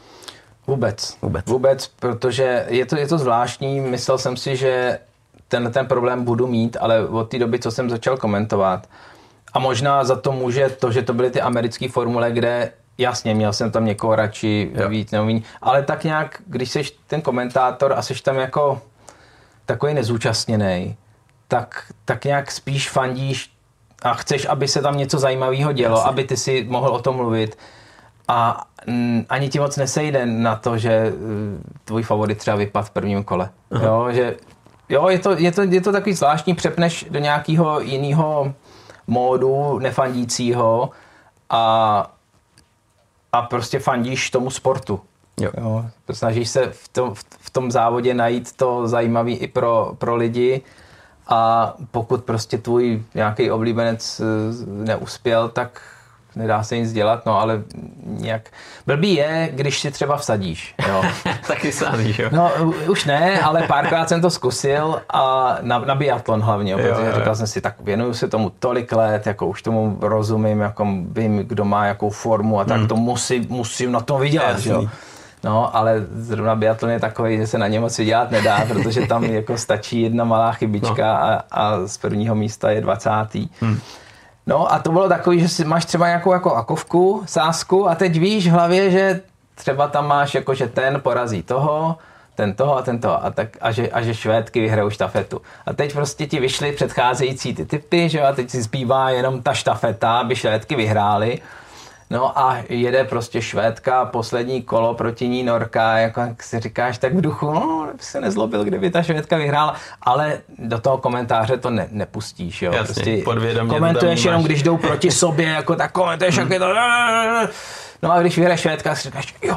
Vůbec, protože je to zvláštní, myslel jsem si, že ten problém budu mít, ale od té doby, co jsem začal komentovat. A možná za to může to, že to byly ty americké formule, kde jasně, měl jsem tam někoho radši víc nebo méně, ale tak nějak, když seš ten komentátor a seš tam jako takový nezúčastněnej, tak nějak spíš fandíš a chceš, aby se tam něco zajímavého dělo, jasně, aby ty si mohl o tom mluvit. A ani ti moc nesejde na to, že tvůj favorit třeba vypadl v prvním kole. Jo, že jo, je to takový zvláštní, přepneš do nějakého jiného módu nefandícího a prostě fandíš tomu sportu. Jo, snažíš se v tom závodě najít to zajímavé i pro lidi a pokud prostě tvůj nějaký oblíbenec neuspěl, tak nedá se nic dělat, no ale nějak blbý je, když si třeba vsadíš, jo. Taky sázíš, jo. No už ne, ale párkrát jsem to zkusil a na biatlon hlavně, protože říkal jsem si, tak věnuju se tomu tolik let, jako už tomu rozumím, jako vím, kdo má jakou formu a tak to musím na tom vydělat, jo. No, ale zrovna biatlon je takový, že se na něm moc vydělat nedá, protože tam jako stačí jedna malá chybička a z prvního místa je 20. No a to bylo takový, že si máš třeba nějakou jako akovku, sázku a teď víš v hlavě, že třeba tam máš jako, že ten porazí toho, ten toho a že Švédky vyhrajou štafetu. A teď prostě ti vyšly předcházející ty typy, že jo, a teď si zbývá jenom ta štafeta, aby Švédky vyhrály. No a jede prostě Švédka, poslední kolo proti ní Norka, jako jak si říkáš, tak v duchu, no, se nezlobil, kdyby ta Švédka vyhrála, ale do toho komentáře to nepustíš, jo. Jasně, prostě komentuješ jenom, když jdou proti sobě, jako tak komentuješ, jak je to, No a když vyhraje Švédka, si říkáš, jo.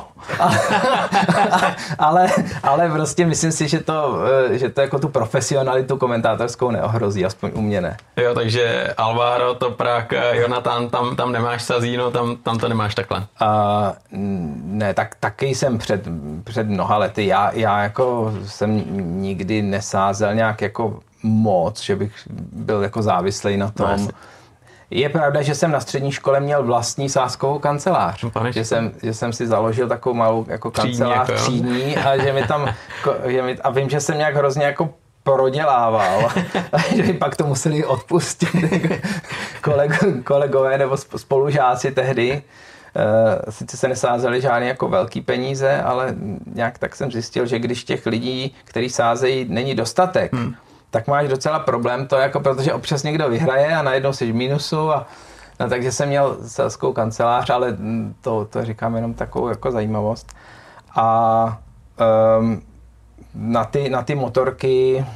ale prostě myslím si, že to jako tu profesionalitu komentátorskou neohrozí, aspoň u mě ne. Jo, takže Alvaro, Toprak, Jonathan, tam nemáš Sazino, tam to nemáš takhle. Ne, taky jsem před mnoha lety. Já jako jsem nikdy nesázel nějak jako moc, že bych byl jako závislý na tom. No, je pravda, že jsem na střední škole měl vlastní sázkovou kancelář. Že jsem si založil takovou malou jako kancelář třídní a že mi tam a vím, že jsem nějak hrozně jako prodělával. Že mi pak to museli odpustit kolegové nebo spolužáci tehdy. Sice se nesázeli žádné jako velký peníze, ale nějak tak jsem zjistil, že když těch lidí, kteří sázejí, není dostatek, tak máš docela problém to, jako protože občas někdo vyhraje a najednou jsi v mínusu takže jsem měl sázkovou kancelář, ale to říkám jenom takovou jako zajímavost. A na ty motorky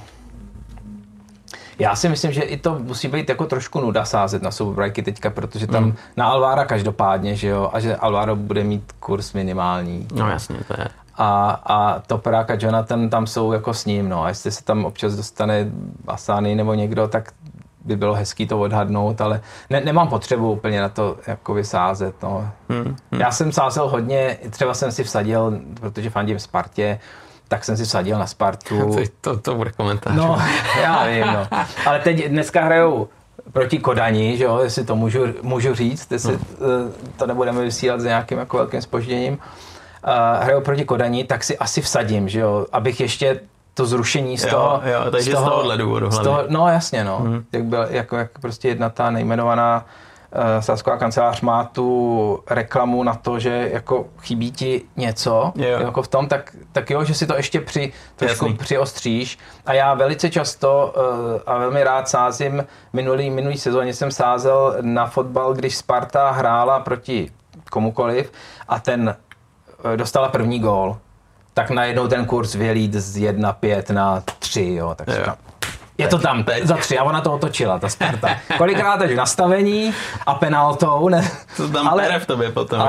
já si myslím, že i to musí být jako trošku nuda sázet na Superbikeky teďka, protože tam na Alvara každopádně, že jo, a že Alvaro bude mít kurz minimální. No jasně, to je. A Toprak a Jonathan tam jsou jako s ním, no a jestli se tam občas dostane Asani nebo někdo, tak by bylo hezký to odhadnout, ale nemám potřebu úplně na to jako vysázet, no. Já jsem sázel hodně, třeba jsem si vsadil, protože fandím Spartě, tak jsem si vsadil na Spartu. To bude komentář. No, já vím, no. Ale teď dneska hrajou proti Kodani, že jo, jestli to můžu říct, jestli to nebudeme vysílat s nějakým jako velkým zpožděním. Hrajou proti Kodani, tak si asi vsadím, že jo, abych ještě to zrušení z toho... Jo, takže z tohohle důvodu hlavně. No jasně, no. Jak byl, jako prostě jedna ta nejmenovaná sázková kancelář má tu reklamu na to, že jako chybí ti něco jako v tom, tak jo, že si to ještě trošku přiostříš. A já velice často a velmi rád sázím, minulý sezóně jsem sázel na fotbal, když Sparta hrála proti komukoliv a ten dostala první gól, tak najednou ten kurz vyjel z 1,5 na 3, jo, tak říkám, je to tam za 3 a ona to otočila, ta Sparta. Kolikrát až nastavení a penaltou, ne? To tam pere v tobě potom.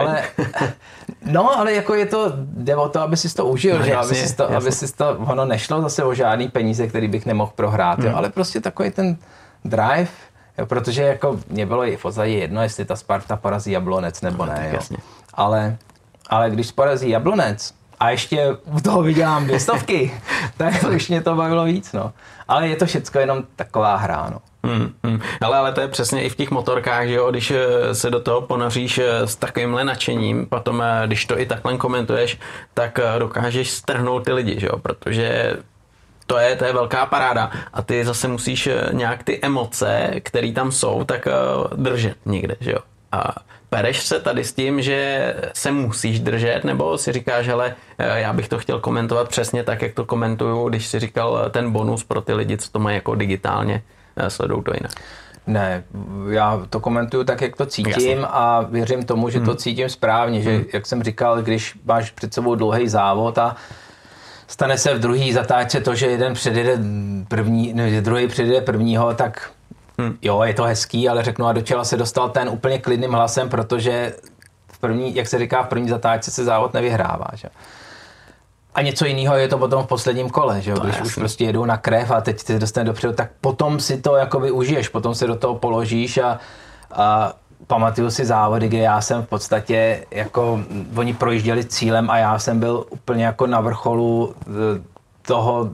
Ale jako jde o to, aby si to užil, no, že? Aby si to, ono nešlo zase o žádný peníze, který bych nemohl prohrát, jo? Ale prostě takový ten drive, jo? Protože jako mě bylo i v podstatě jedno, jestli ta Sparta porazí Jablonec nebo ne, jo? Ale když porazí Jablonec, a ještě u toho vydělám 200, tak už mě to bavilo víc, no. Ale je to všecko jenom taková hra, no. Ale to je přesně i v těch motorkách, že jo, když se do toho ponoříš s takovýmhle nadšením, potom když to i takhle komentuješ, tak dokážeš strhnout ty lidi, že jo, protože to je velká paráda a ty zase musíš nějak ty emoce, které tam jsou, tak držet někde, že jo. A pereš se tady s tím, že se musíš držet, nebo si říkáš, hele, já bych to chtěl komentovat přesně tak, jak to komentuju, když si říkal ten bonus pro ty lidi, co to mají jako digitálně, sledují to jinak. Ne, já to komentuju tak, jak to cítím. Jasně. A věřím tomu, že to cítím správně, že jak jsem říkal, když máš před sebou dlouhý závod a stane se v druhý zatáčce to, že jeden předjede druhý předjede prvního, tak jo, je to hezký, ale řeknu, a do čela se dostal ten úplně klidným hlasem, protože jak se říká, v první zatáčce se závod nevyhrává, že? A něco jiného je to potom v posledním kole, že? Když už prostě jedou na krev a teď se dostane dopředu, tak potom si to jakoby užiješ, potom se do toho položíš a pamatuju si závody, kde já jsem v podstatě, jako oni projížděli cílem a já jsem byl úplně jako na vrcholu toho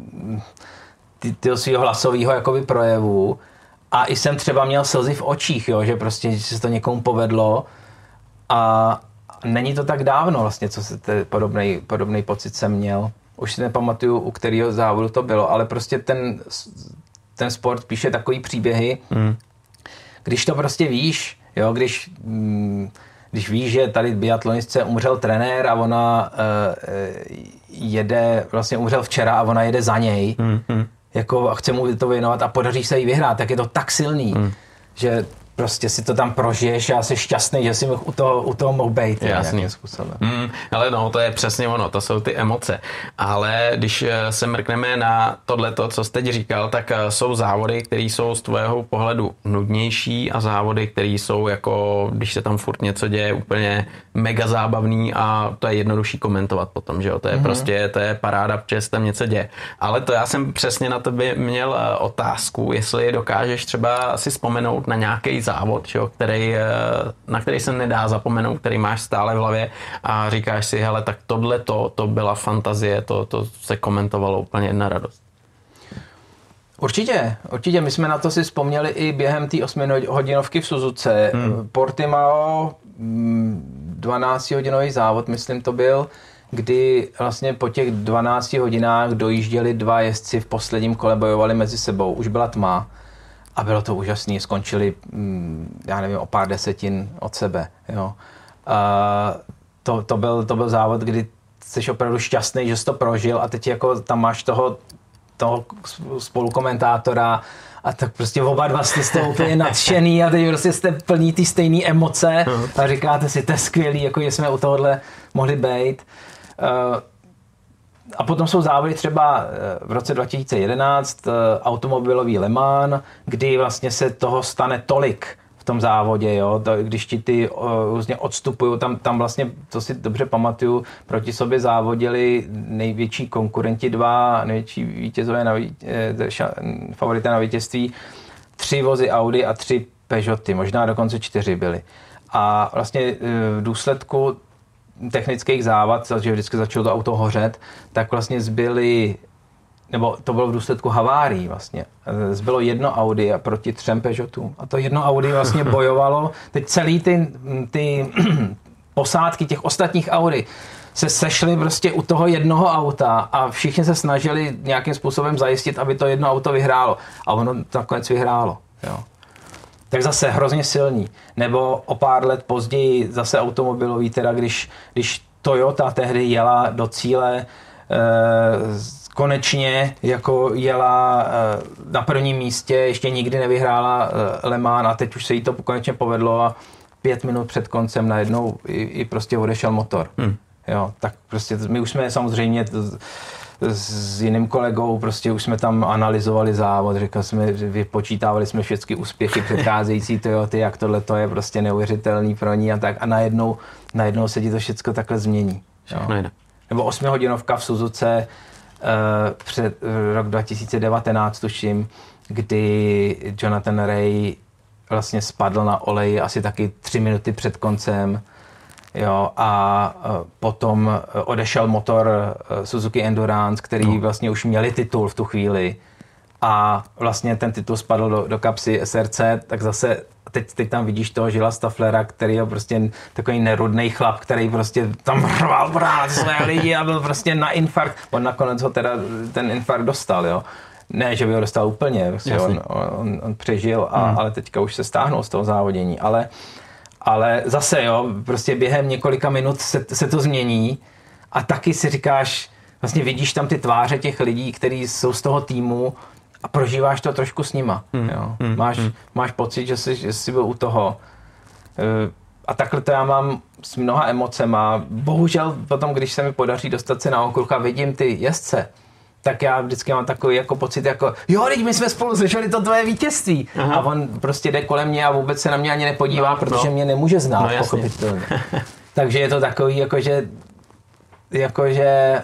svého hlasového jakoby projevu. A i jsem třeba měl slzy v očích, jo, že prostě že se to někomu povedlo a není to tak dávno vlastně, co se podobný pocit jsem měl. Už si nepamatuju, u kterého závodu to bylo, ale prostě ten sport píše takový příběhy, když to prostě víš, jo, když víš, že tady biatlonistce umřel trenér a ona vlastně umřel včera a ona jede za něj, jako a chce mu to věnovat a podaří se jí vyhrát, tak je to tak silný, že prostě si to tam prožiješ a jsi šťastný, že jsi u toho mohl být nějakým způsobem. Ale no, to je přesně ono, to jsou ty emoce. Ale když se mrkneme na tohleto, co jsi teď říkal, tak jsou závody, které jsou z tvého pohledu nudnější a závody, které jsou jako, když se tam furt něco děje, úplně mega zábavný a to je jednodušší komentovat potom, že jo, to je prostě, to je paráda, protože se tam něco děje. Ale to já jsem přesně na tebe měl otázku, jestli dokážeš třeba si vzpomenout na nějaký závod, že jo, na který se nedá zapomenout, který máš stále v hlavě a říkáš si, hele, tak to byla fantazie, to se komentovalo úplně na radost. Určitě. My jsme na to si vzpomněli i během té 8hodinovky v Suzuce. Portimao, 12hodinový závod, myslím to byl, kdy vlastně po těch 12 hodinách dojížděli dva jezdci v posledním kole, bojovali mezi sebou. Už byla tma a bylo to úžasné. Skončili, já nevím, o pár desetin od sebe. Jo. To byl závod, kdy jsi opravdu šťastný, že jsi to prožil a teď jako tam máš toho spolukomentátora a tak prostě oba dva jste z toho úplně nadšený a teď prostě jste plní ty stejné emoce a říkáte si, to je skvělý, jako že jsme u tohohle mohli být. A potom jsou závody třeba v roce 2011 automobilový Le Mans, kdy vlastně se toho stane tolik v tom závodě, jo? Když ti ty různě odstupují, tam vlastně, to si dobře pamatuju, proti sobě závodili největší konkurenti dva, největší vítězové, favorité na vítězství, 3 vozy Audi a 3 Peugeoty, možná dokonce 4 byly. A vlastně v důsledku technických závad, že vždycky začalo to auto hořet, tak vlastně zbyly, nebo to bylo v důsledku havárií vlastně. Zbylo 1 Audi a proti 3 Peugeotům. A to 1 Audi vlastně bojovalo. Teď celý ty posádky těch ostatních Audi se sešly prostě u toho jednoho auta a všichni se snažili nějakým způsobem zajistit, aby to jedno auto vyhrálo. A ono nakonec vyhrálo. Jo. Tak zase hrozně silný. Nebo o pár let později zase automobilový, teda když Toyota tehdy jela do cíle, konečně jako jela na prvním místě, ještě nikdy nevyhrála Le Mans a teď už se jí to konečně povedlo a 5 minut před koncem najednou i prostě odešel motor. Jo, tak prostě my už jsme samozřejmě s jiným kolegou, prostě už jsme tam analyzovali závod, vypočítávali jsme všechny úspěchy předcházející Toyoty, jak tohle to je prostě neuvěřitelný pro ní a tak a najednou se ti to všechno takhle změní. Nebo 8hodinovka v Suzuce před rok 2019 tuším, kdy Jonathan Rea vlastně spadl na oleji asi taky 3 minuty před koncem. Jo, a potom odešel motor Suzuki Endurance, který vlastně už měli titul v tu chvíli a vlastně ten titul spadl do kapsy SRC, tak zase teď tam vidíš toho Gillea Stafflera, který je prostě takový nerudnej chlap, který prostě tam rval brát své lidi a byl prostě na infarkt. On nakonec ho teda ten infarkt dostal, jo. Ne, že by ho dostal úplně, prostě on přežil, ale teďka už se stáhnul z toho závodění, ale zase, jo, prostě během několika minut se to změní a taky si říkáš, vlastně vidíš tam ty tváře těch lidí, kteří jsou z toho týmu a prožíváš to trošku s nima. Jo. Máš pocit, že jsi byl u toho. A takhle to já mám s mnoha emocema. Bohužel potom, když se mi podaří dostat se na okruh a vidím ty jezdce, tak já vždycky mám takový jako pocit, jako jo, teď my jsme spolu slyšeli to tvoje vítězství. Aha. A on prostě jde kolem mě a vůbec se na mě ani nepodívá, protože mě nemůže znát, pochopitelně. Takže je to takový, jakože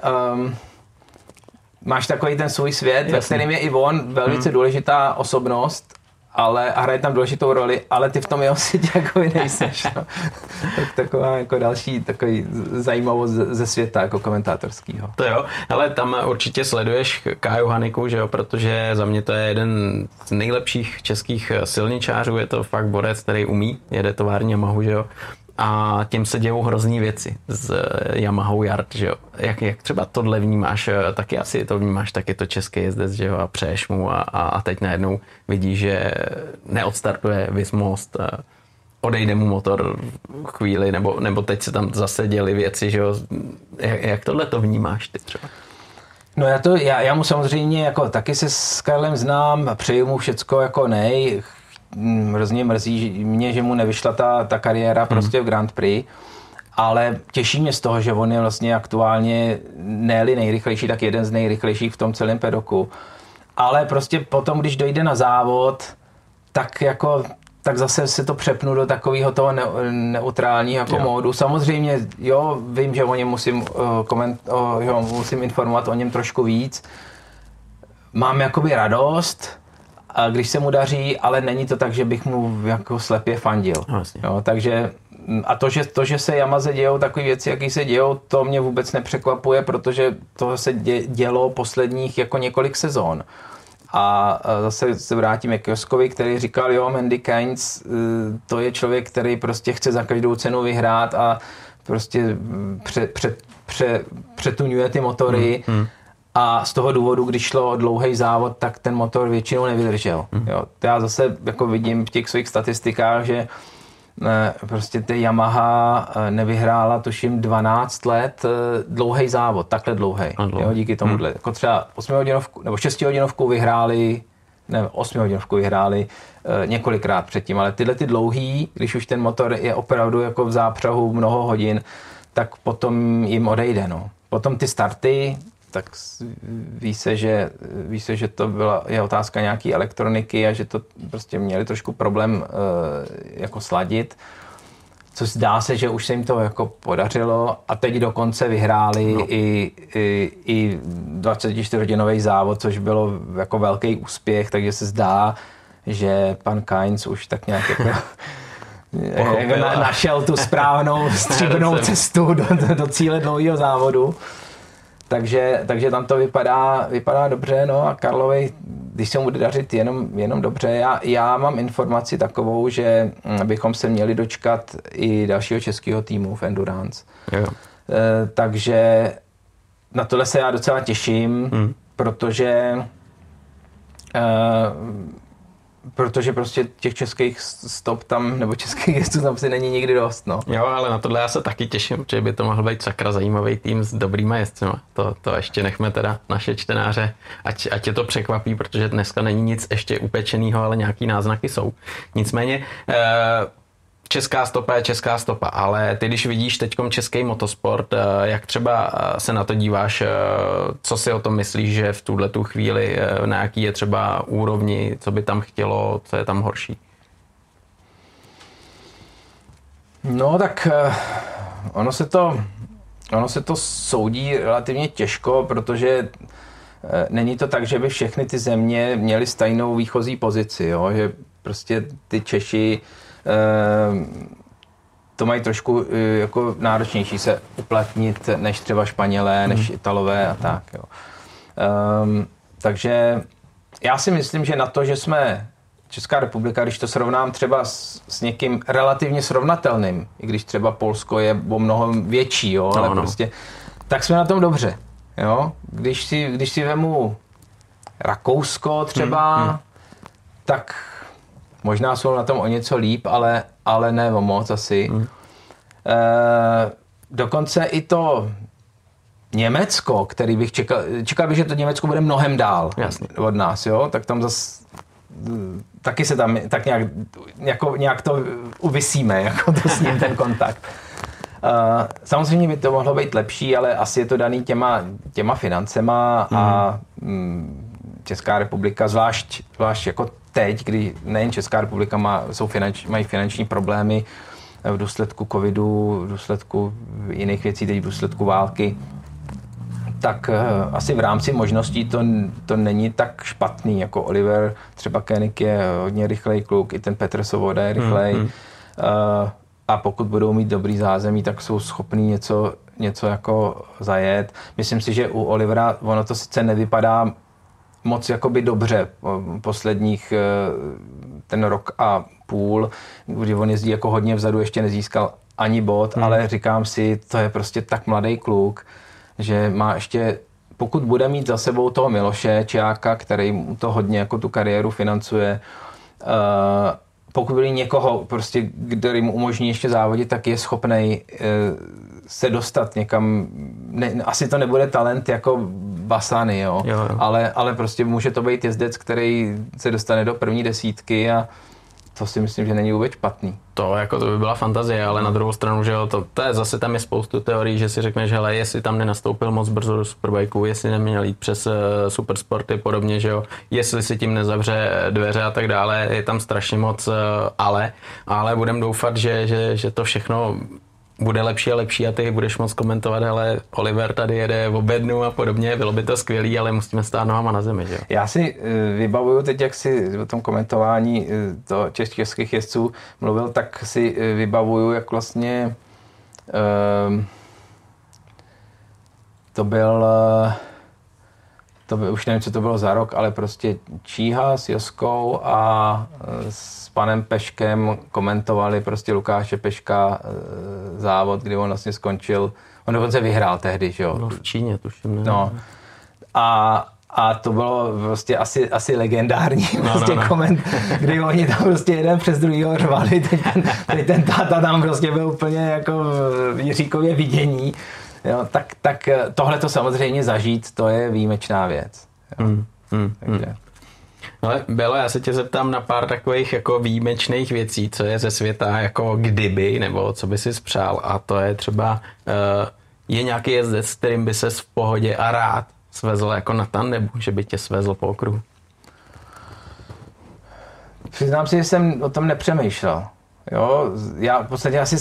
máš takový ten svůj svět, ve kterém je i on velice důležitá osobnost, a hraje tam důležitou roli, ale ty v tom jeho světě jako nejseš. No. Tak taková jako další takový zajímavost ze světa jako komentátorskýho. To jo, ale tam určitě sleduješ Káju Haniku, že jo, protože za mě to je jeden z nejlepších českých silničářů, je to fakt borec, který umí, jede tovární Yamahu, že jo. A tím se dějou hrozný věci s Yamahou Yard, že jo. Jak třeba tohle vnímáš, taky asi to vnímáš, taky to český jezdec, že jo, a přeješ mu a teď najednou vidíš, že neodstartuje Vismost, odejde mu motor chvíli, nebo teď se tam zase děly věci, že jo. Jak tohle to vnímáš ty třeba? No já mu samozřejmě jako taky se s Karlem znám, přeju mu všecko jako hrozně mrzí mě, že mu nevyšla ta kariéra prostě v Grand Prix, ale těší mě z toho, že on je vlastně aktuálně ne-li nejrychlejší, tak jeden z nejrychlejších v tom celém pedoku. Ale prostě potom, když dojde na závod, tak zase se to přepnu do takového toho neutrálního jako módu. Samozřejmě, jo, vím, že o něm musím informovat o něm trošku víc. Mám jakoby radost, když se mu daří, ale není to tak, že bych mu jako slepě fandil. Jo, takže a to, že se Yamaze dějou takové věci, jaký se dějou, to mě vůbec nepřekvapuje, protože to se dělo posledních jako několik sezón. A zase se vrátíme k Joskovi, který říkal, jo, Mandy Keynes, to je člověk, který prostě chce za každou cenu vyhrát a prostě přetuňuje ty motory. A z toho důvodu, když šlo o dlouhý závod, tak ten motor většinou nevydržel. Jo. Já zase jako vidím v těch svých statistikách, že prostě ty Yamaha nevyhrála, tuším, 12 let dlouhý závod, takhle dlouhý. Jo, díky tomuhle. Jako třeba 8hodinovku nebo 6hodinovku vyhráli, ne, 8hodinovku vyhráli několikrát předtím, ale tyhle ty dlouhý, když už ten motor je opravdu jako v zápřahu mnoho hodin, tak potom jim odejde. No. Potom ty starty, tak ví se, že to je otázka nějaký elektroniky a že to prostě měli trošku problém jako sladit. Což zdá se, že už se jim to jako podařilo a teď dokonce vyhráli i 24hodinový závod, což bylo jako velký úspěch, takže se zdá, že pan Keynes už tak nějak jako našel tu správnou stříbrnou cestu do cíle dlouhého závodu. Takže tam to vypadá dobře, no a Karlovi, když se mu bude dařit jenom dobře, já mám informaci takovou, že bychom se měli dočkat i dalšího českého týmu v Endurance. Takže na tohle se já docela těším, protože prostě těch českých stop tam, nebo českých jezdců tam si není nikdy dost, no. Jo, ale na tohle já se taky těším, že by to mohl být sakra zajímavý tým s dobrýma jezdcema. To ještě nechme teda naše čtenáře, ať je to překvapí, protože dneska není nic ještě upečenýho, ale nějaký náznaky jsou. Nicméně, česká stopa je česká stopa, ale ty, když vidíš teďkom český motosport, jak třeba se na to díváš, co si o tom myslíš, že v tuhletu chvíli, na jaký je třeba úrovni, co by tam chtělo, co je tam horší? No tak ono se to soudí relativně těžko, protože není to tak, že by všechny ty země měly stejnou výchozí pozici, jo? Že prostě ty Češi to mají trošku jako náročnější se uplatnit než třeba Španělé, než Italové a tak. Jo. Takže já si myslím, že na to, že jsme Česká republika, když to srovnám třeba s někým relativně srovnatelným, i když třeba Polsko je o mnoho větší, jo, ale prostě, tak jsme na tom dobře. Jo. Když si vemu Rakousko třeba, tak možná jsou na tom o něco líp, ale ne o moc asi. Dokonce i to Německo, který bych čekal bych, že to Německo bude mnohem dál od nás, jo? Tak tam zase taky se tam tak nějak to uvisíme, jako to s ním ten kontakt. Samozřejmě by to mohlo být lepší, ale asi je to daný těma financema a Česká republika, zvlášť jako teď, kdy nejen Česká republika mají finanční problémy v důsledku covidu, v důsledku jiných věcí, teď v důsledku války, tak asi v rámci možností to není tak špatný, jako Oliver, třeba Koenig je hodně rychlej kluk, i ten Petr Svoboda je rychlej. A pokud budou mít dobrý zázemí, tak jsou schopní něco jako zajet. Myslím si, že u Olivera ono to sice nevypadá moc jakoby dobře posledních ten rok a půl, kdy on jezdí jako hodně vzadu, ještě nezískal ani bod, ale říkám si, to je prostě tak mladý kluk, že má ještě, pokud bude mít za sebou toho Miloše Čiáka, který mu to hodně jako tu kariéru financuje, pokud bude někoho, prostě, který mu umožní ještě závodit, tak je schopnej se dostat někam. Asi to nebude talent jako Bassani, jo. Ale prostě může to být jezdec, který se dostane do první desítky a to si myslím, že není vůbec špatný. To by byla fantazie, ale na druhou stranu, že jo, to je zase tam je spoustu teorií, že si řekneš, hele, jestli tam nenastoupil moc brzo do Superbikeu, jestli neměl jít přes Supersporty podobně, že jo, jestli si tím nezavře dveře a tak dále, je tam strašně moc ale budem doufat, že to všechno bude lepší a lepší a ty budeš moc komentovat, hele, Oliver tady jede v obědnu a podobně, bylo by to skvělý, ale musíme stát nohama na zemi, že jo. Já si vybavuju teď, jak si o tom komentování to českých jezdců mluvil, tak si vybavuju, jak vlastně to byl, už nevím, co to bylo za rok, ale prostě Číha s Joskou a s panem Peškem komentovali prostě Lukáše Peška závod, kdy on vlastně skončil, on dokonce vyhrál tehdy, že jo. No v Číně, tuším, ne? No. A to bylo prostě asi legendární koment, kdy oni tam prostě jeden přes druhýho řvali, teď ten táta tam prostě byl úplně jako v Jiříkově vidění. Jo, tak tohle to samozřejmě zažít, to je výjimečná věc. Takže. Ale Belo, já se tě zeptám na pár takových jako výjimečných věcí, co je ze světa jako kdyby, nebo co by si spřál, a to je třeba, je nějaký jezdec, s kterým by ses v pohodě a rád svezl jako na tandemu, že by tě svezl po okruhu? Přiznám si, že jsem o tom nepřemýšlel. Jo, já v podstatě asi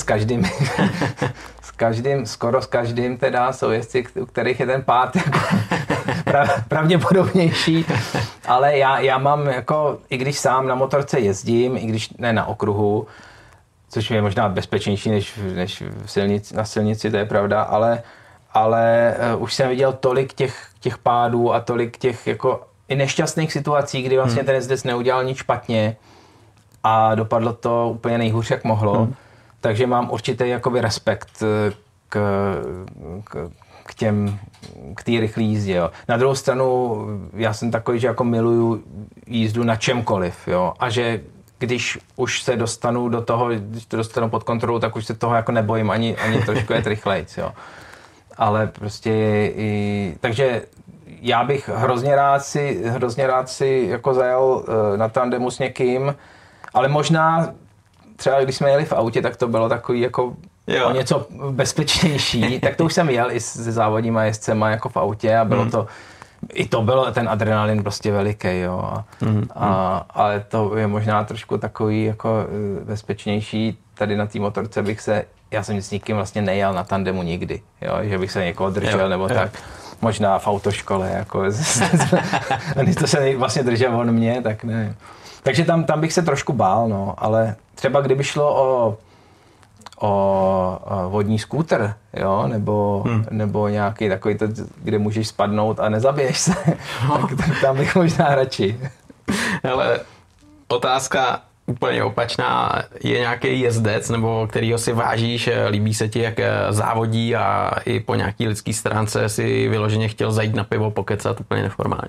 skoro s každým teda jsou jezdci, u kterých je ten pád jako pravděpodobnější, ale já mám jako, i když sám na motorce jezdím, i když ne na okruhu, což je možná bezpečnější než na silnici, to je pravda, ale už jsem viděl tolik těch pádů a tolik těch jako i nešťastných situací, kdy vlastně ten jezdec neudělal nic špatně a dopadlo to úplně nejhůř, jak mohlo. Takže mám určitý jakoby respekt k té rychlé jízdě. Jo. Na druhou stranu já jsem takový, že jako miluju jízdu na čemkoliv. Jo. A že když už se dostanu do toho, když to dostanu pod kontrolu, tak už se toho jako nebojím ani trošku jet rychlejc. Jo. Ale prostě takže já bych hrozně rád si jako zajel na tandemu s někým, ale možná třeba když jsme jeli v autě, tak to bylo takový jako o něco bezpečnější, tak to už jsem jel i se závodníma jezdcema jako v autě a bylo to, i to bylo ten adrenalin prostě veliký, jo. Ale to je možná trošku takový jako bezpečnější. Tady na té motorce já jsem s nikým vlastně nejel na tandemu nikdy, jo, že bych se někoho držel nebo tak. Možná v autoškole, jako když to se vlastně držel on mě, tak ne. Takže tam bych se trošku bál, no, ale třeba kdyby šlo o vodní skútr, jo, nebo nějaký takový, kde můžeš spadnout a nezabiješ se, tak tam bych možná radši. Hele, otázka úplně opačná, je nějaký jezdec, nebo kterýho si vážíš, líbí se ti, jak závodí a i po nějaký lidský stránce si vyloženě chtěl zajít na pivo, pokecat úplně neformálně?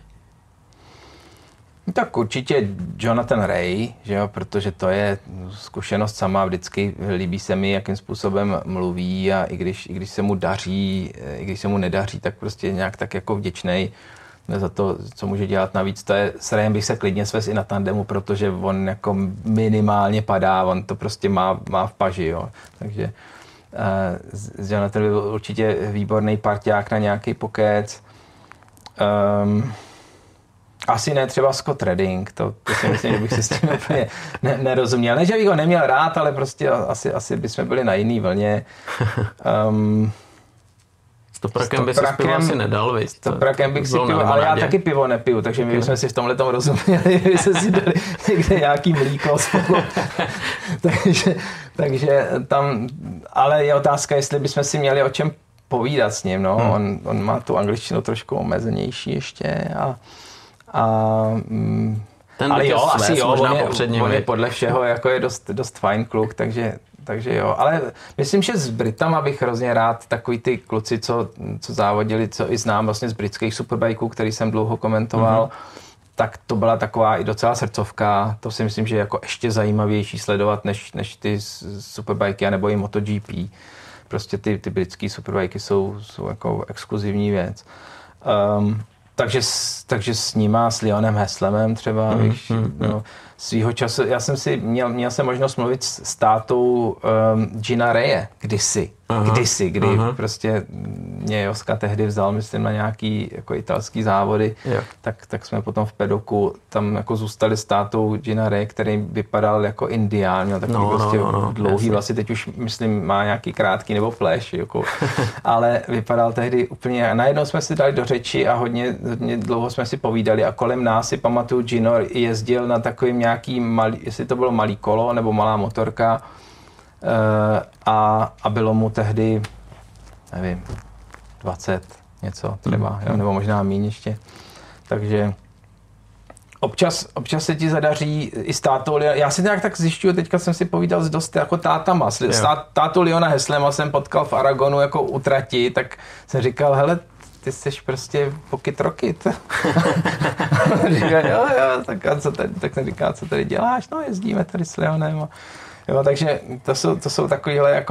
Tak určitě Jonathan Rea, že jo, protože to je zkušenost sama vždycky, líbí se mi, jakým způsobem mluví a i když se mu daří, i když se mu nedaří, tak prostě nějak tak jako vděčnej za to, co může dělat navíc. To je, s Rejem bych se klidně svez i na tandemu, protože on jako minimálně padá, on to prostě má v paži, jo. Takže s Jonathan by byl určitě výborný parťák na nějaký pokec. Asi ne třeba Scott Redding, to si myslím, že bych se s tím úplně nerozuměl. Ne, že bych ho neměl rád, ale prostě asi bychom byli na jiný vlně. S Toprakem by si pivo asi nedal, viď? S Toprakem bych si pivo, ale já taky pivo nepiju, takže my bychom si v tomhletom rozuměli, kdyby se si dali někde nějaký mlíko spolu. takže tam, ale je otázka, jestli bychom si měli o čem povídat s ním, no. On má tu angličtinu trošku omezenější ještě ale jo, asi jo, on je podle všeho jako je dost fajn kluk, takže jo, ale myslím, že s Britama bych hrozně rád, takový ty kluci, co závodili, co i znám vlastně z britských superbikeů, který jsem dlouho komentoval, tak to byla taková i docela srdcovka, to si myslím, že je jako ještě zajímavější sledovat, než ty superbikey nebo i MotoGP. Prostě ty britský superbikey jsou jako exkluzivní věc. Takže takže s nima, s Leonem Heslemem třeba, víš, no, svýho času, měl jsem možnost mluvit s tátou Gina Raye kdysi, kdy prostě mě Joska tehdy vzal, myslím, na nějaký jako italský závody, tak jsme potom v pedoku tam jako zůstali s tátou Gina Raye, který vypadal jako indián, měl takový dlouhý vlasy, teď už myslím má nějaký krátký nebo pleš, jako, ale vypadal tehdy úplně, najednou jsme si dali do řeči a hodně dlouho jsme si povídali a kolem nás si pamatuju, Gino jezdil na takovým nějaký malý, jestli to bylo malý kolo nebo malá motorka, a bylo mu tehdy, nevím, 20 něco třeba, nebo možná míň ještě. Takže občas se ti zadaří i s tátou, já si nějak tak zjišťuju, teďka jsem si povídal s dost jako tátama. Tátu Leona Heslema jsem potkal v Aragonu jako u trati, tak jsem říkal, hele, ty jsi prostě pokyt rokit. Říkal, jo, tak jsem říkal, co tady děláš? No, jezdíme tady s Leonem. Jo, takže to jsou takovéhle jako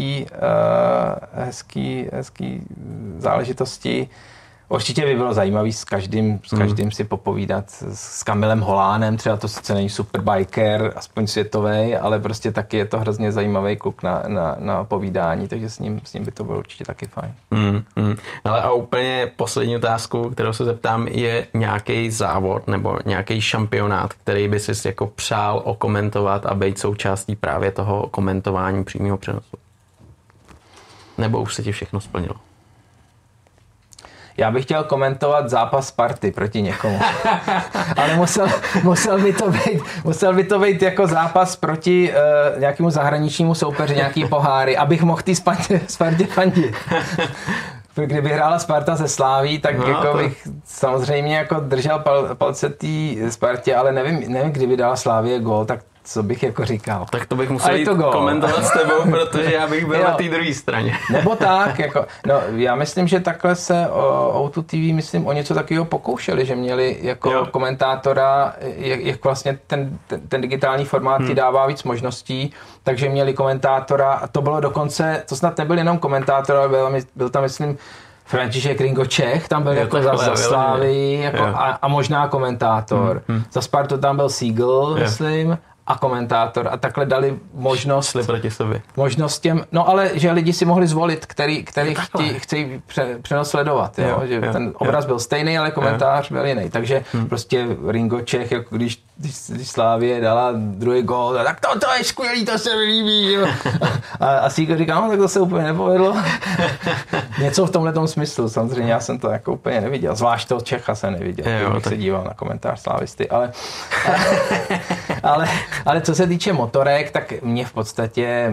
hezký záležitosti. Určitě by bylo zajímavý s každým si popovídat. S Kamilem Holánem, třeba to sice není superbiker, aspoň světovej, ale prostě taky je to hrozně zajímavý kluk na povídání, takže s ním by to bylo určitě taky fajn. Ale a úplně poslední otázku, kterou se zeptám, je nějaký závod nebo nějaký šampionát, který by si jako přál okomentovat a být součástí právě toho komentování přímého přenosu? Nebo už se ti všechno splnilo? Já bych chtěl komentovat zápas Sparty proti někomu. Ale musel by to být jako zápas proti nějakému zahraničnímu soupeři, nějaký poháry, abych mohl té Spartě fandit. Kdyby hrála Sparta se Sláví, tak jako bych samozřejmě jako držel palce té Spartě, ale nevím, kdyby dala Slávie gól, tak co bych jako říkal. Tak to bych musel jít komentovat s tebou, protože já bych byl na té druhé straně. Nebo tak, jako, no já myslím, že takhle se O2 TV, myslím, o něco takového pokoušeli, že měli jako komentátora, jak vlastně ten digitální formát ti dává víc možností, takže měli komentátora a to bylo dokonce, to snad nebyl jenom komentátor, ale byl tam, myslím, František Ringo Čech, tam byl jako za Slávy jako a možná komentátor. Za Spartu tam byl Siegel, myslím, a komentátor a takhle dali možnost proti sobě. Možnost těm, no ale že lidi si mohli zvolit, který chtějí přenos sledovat, jo? Že ten obraz byl stejný, ale komentář byl jiný, takže prostě Ringo Čech, jako když Slávie dala druhý gól, tak to je skvělý, to se mi líbí, jo? A Siegel říká, no tak to se úplně nepovedlo. Něco v tomhletom smyslu, samozřejmě já jsem to jako úplně neviděl, zvlášť toho Čecha jsem neviděl, když se díval na komentář Slávisty, ale co se týče motorek, tak mě v podstatě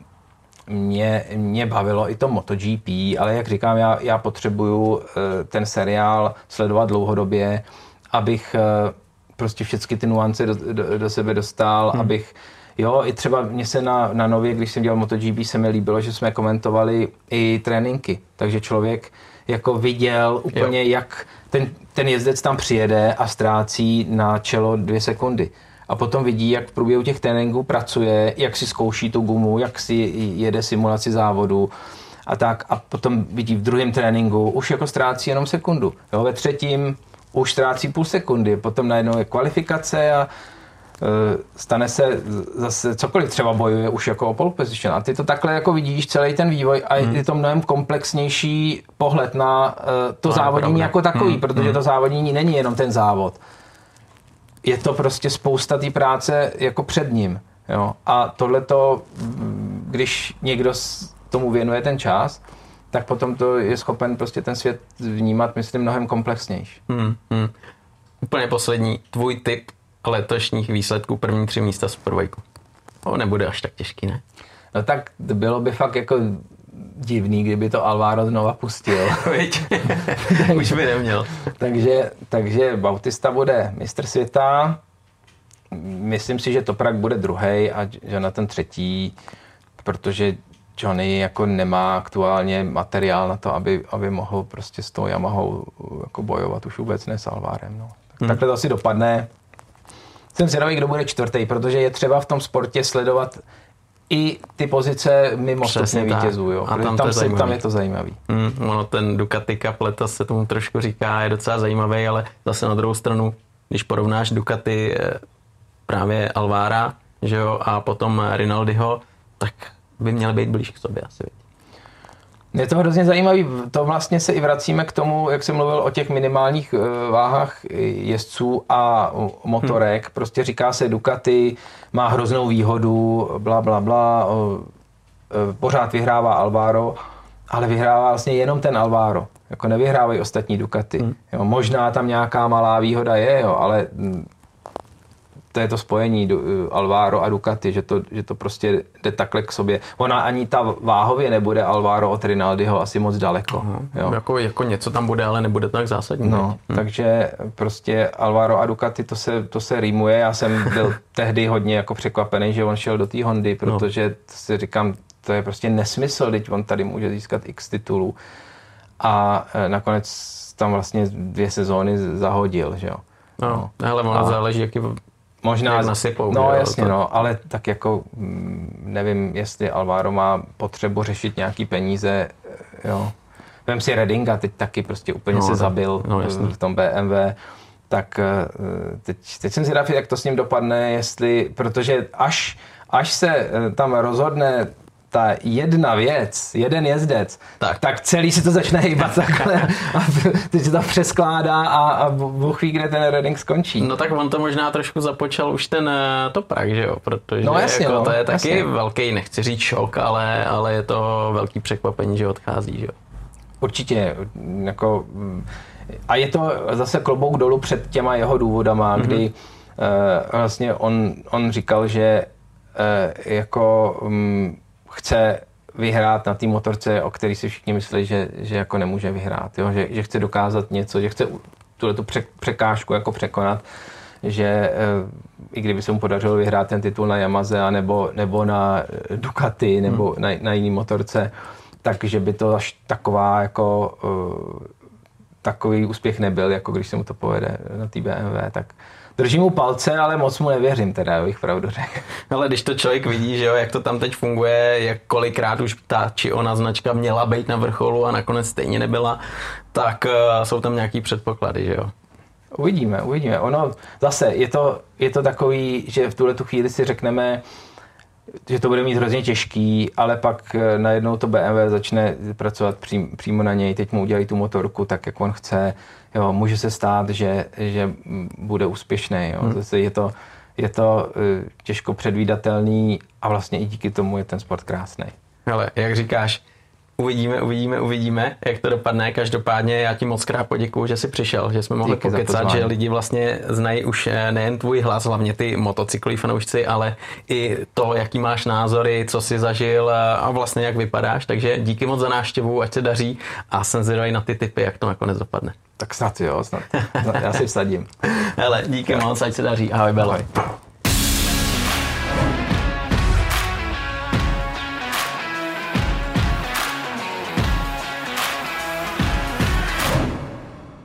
mě bavilo i to MotoGP, ale jak říkám, já potřebuju ten seriál sledovat dlouhodobě, abych prostě všechny ty nuance do sebe dostal, abych, i třeba mě se na Nově, když jsem dělal MotoGP, se mi líbilo, že jsme komentovali i tréninky, takže člověk jako viděl úplně, jak ten jezdec tam přijede a ztrácí na čelo 2 sekundy. A potom vidí, jak v průběhu těch tréninků pracuje, jak si zkouší tu gumu, jak si jede simulaci závodu a tak. A potom vidí v druhém tréninku, už jako ztrácí jenom sekundu. Jo, ve třetím už ztrácí půl sekundy. Potom najednou je kvalifikace a stane se zase cokoliv, třeba bojuje už jako o pole position. A ty to takhle jako vidíš celý ten vývoj a je to mnohem komplexnější pohled na to závodění jako takový, protože to závodění není jenom ten závod. Je to prostě spousta té práce jako před ním. Jo? A tohleto, když někdo tomu věnuje ten čas, tak potom to je schopen prostě ten svět vnímat, myslím, mnohem komplexnější. Úplně poslední, tvůj tip letošních výsledků první 3 místa Superbikeu. To nebude až tak těžký, ne? No tak bylo by fakt jako divný, kdyby to Alvaro znova pustil. Už by neměl. takže Bautista bude mistr světa. Myslím si, že Toprak bude druhý a Jonathan třetí, protože Johnny jako nemá aktuálně materiál na to, aby mohl prostě s tou Yamahou jako bojovat, už vůbec ne s Alvárem. No. Takhle to asi dopadne. Jsem zvědavý, kdo bude čtvrtý, protože je třeba v tom sportě sledovat i ty pozice mimo stupně vítězů. Jo. A tam je to zajímavý. Ono ten Ducati Cup letos se tomu trošku říká, je docela zajímavý, ale zase na druhou stranu, když porovnáš Ducati právě Alvara, že jo, a potom Rinaldiho, tak by měl být blíž k sobě asi. Je to hrozně zajímavý, to vlastně se i vracíme k tomu, jak jsem mluvil o těch minimálních váhách jezdců a motorek. Prostě říká se Ducati má hroznou výhodu, bla, bla, bla, pořád vyhrává Alvaro, ale vyhrává vlastně jenom ten Alvaro. Jako nevyhrávají ostatní Ducati. Jo, možná tam nějaká malá výhoda je, jo, ale to je to spojení Alvaro a Ducati, že to prostě jde takhle k sobě. Ona ani ta váhově nebude Alvaro od Rinaldiho asi moc daleko. Jo. Jako něco tam bude, ale nebude tak zásadní. Takže prostě Alvaro a Ducati to se rýmuje. Já jsem byl tehdy hodně jako překvapený, že on šel do té Hondy, protože si říkám, to je prostě nesmysl, teď on tady může získat x titulů. A nakonec tam vlastně 2 sezóny zahodil, že jo. No, ale ono záleží, jaký možná nasypou. No jasně, ale tak jako nevím, jestli Alvaro má potřebu řešit nějaký peníze, jo. Vem si Reddinga, teď taky prostě úplně se zabil v tom BMW, tak teď jsem si rád, jak to s ním dopadne, protože až se tam rozhodne ta jedna věc, jeden jezdec, tak celý se to začne hýbat takhle a teď se to přeskládá a Bůh ví, kde ten Redding skončí. No tak on to možná trošku započal už ten Toprak, že jo, protože jasně, jako to je taky velký, nechci říct šok, ale je to velký překvapení, že odchází, že jo. Určitě, jako, a je to zase klobouk dolů před těma jeho důvodama, kdy vlastně on říkal, že jako chce vyhrát na té motorce, o který si všichni myslí, že jako nemůže vyhrát, jo? Že chce dokázat něco, že chce tu překážku jako překonat, že i kdyby se mu podařilo vyhrát ten titul na Yamaze nebo na Ducati nebo na jiný motorce, takže by to až taková jako takový úspěch nebyl, jako když se mu to povede na té BMW, tak držím mu palce, ale moc mu nevěřím teda, abych pravdu řekl. Ale když to člověk vidí, že jo, jak to tam teď funguje, jak kolikrát už ta či ona značka měla být na vrcholu a nakonec stejně nebyla, tak jsou tam nějaký předpoklady, že jo. Uvidíme. Ono zase je to takový, že v tuhletu chvíli si řekneme, že to bude mít hrozně těžký, ale pak najednou to BMW začne pracovat přímo na něj, teď mu udělají tu motorku tak, jak on chce. Jo, může se stát, že bude úspěšný. Jo. Zase je to těžko předvídatelný a vlastně i díky tomu je ten sport krásný. Ale jak říkáš, uvidíme, jak to dopadne. Každopádně já ti moc krát poděkuju, že jsi přišel, že jsme mohli pokecat, že lidi vlastně znají už nejen tvůj hlas, hlavně ty motocykloví fanoušci, ale i to, jaký máš názory, co jsi zažil a vlastně jak vypadáš. Takže díky moc za návštěvu, ať se daří a jsem zvědavý na ty tipy, jak to nakonec dopadne. Tak snad. Já si vsadím. Hele, díky moc, ať se daří. Ahoj, Belo.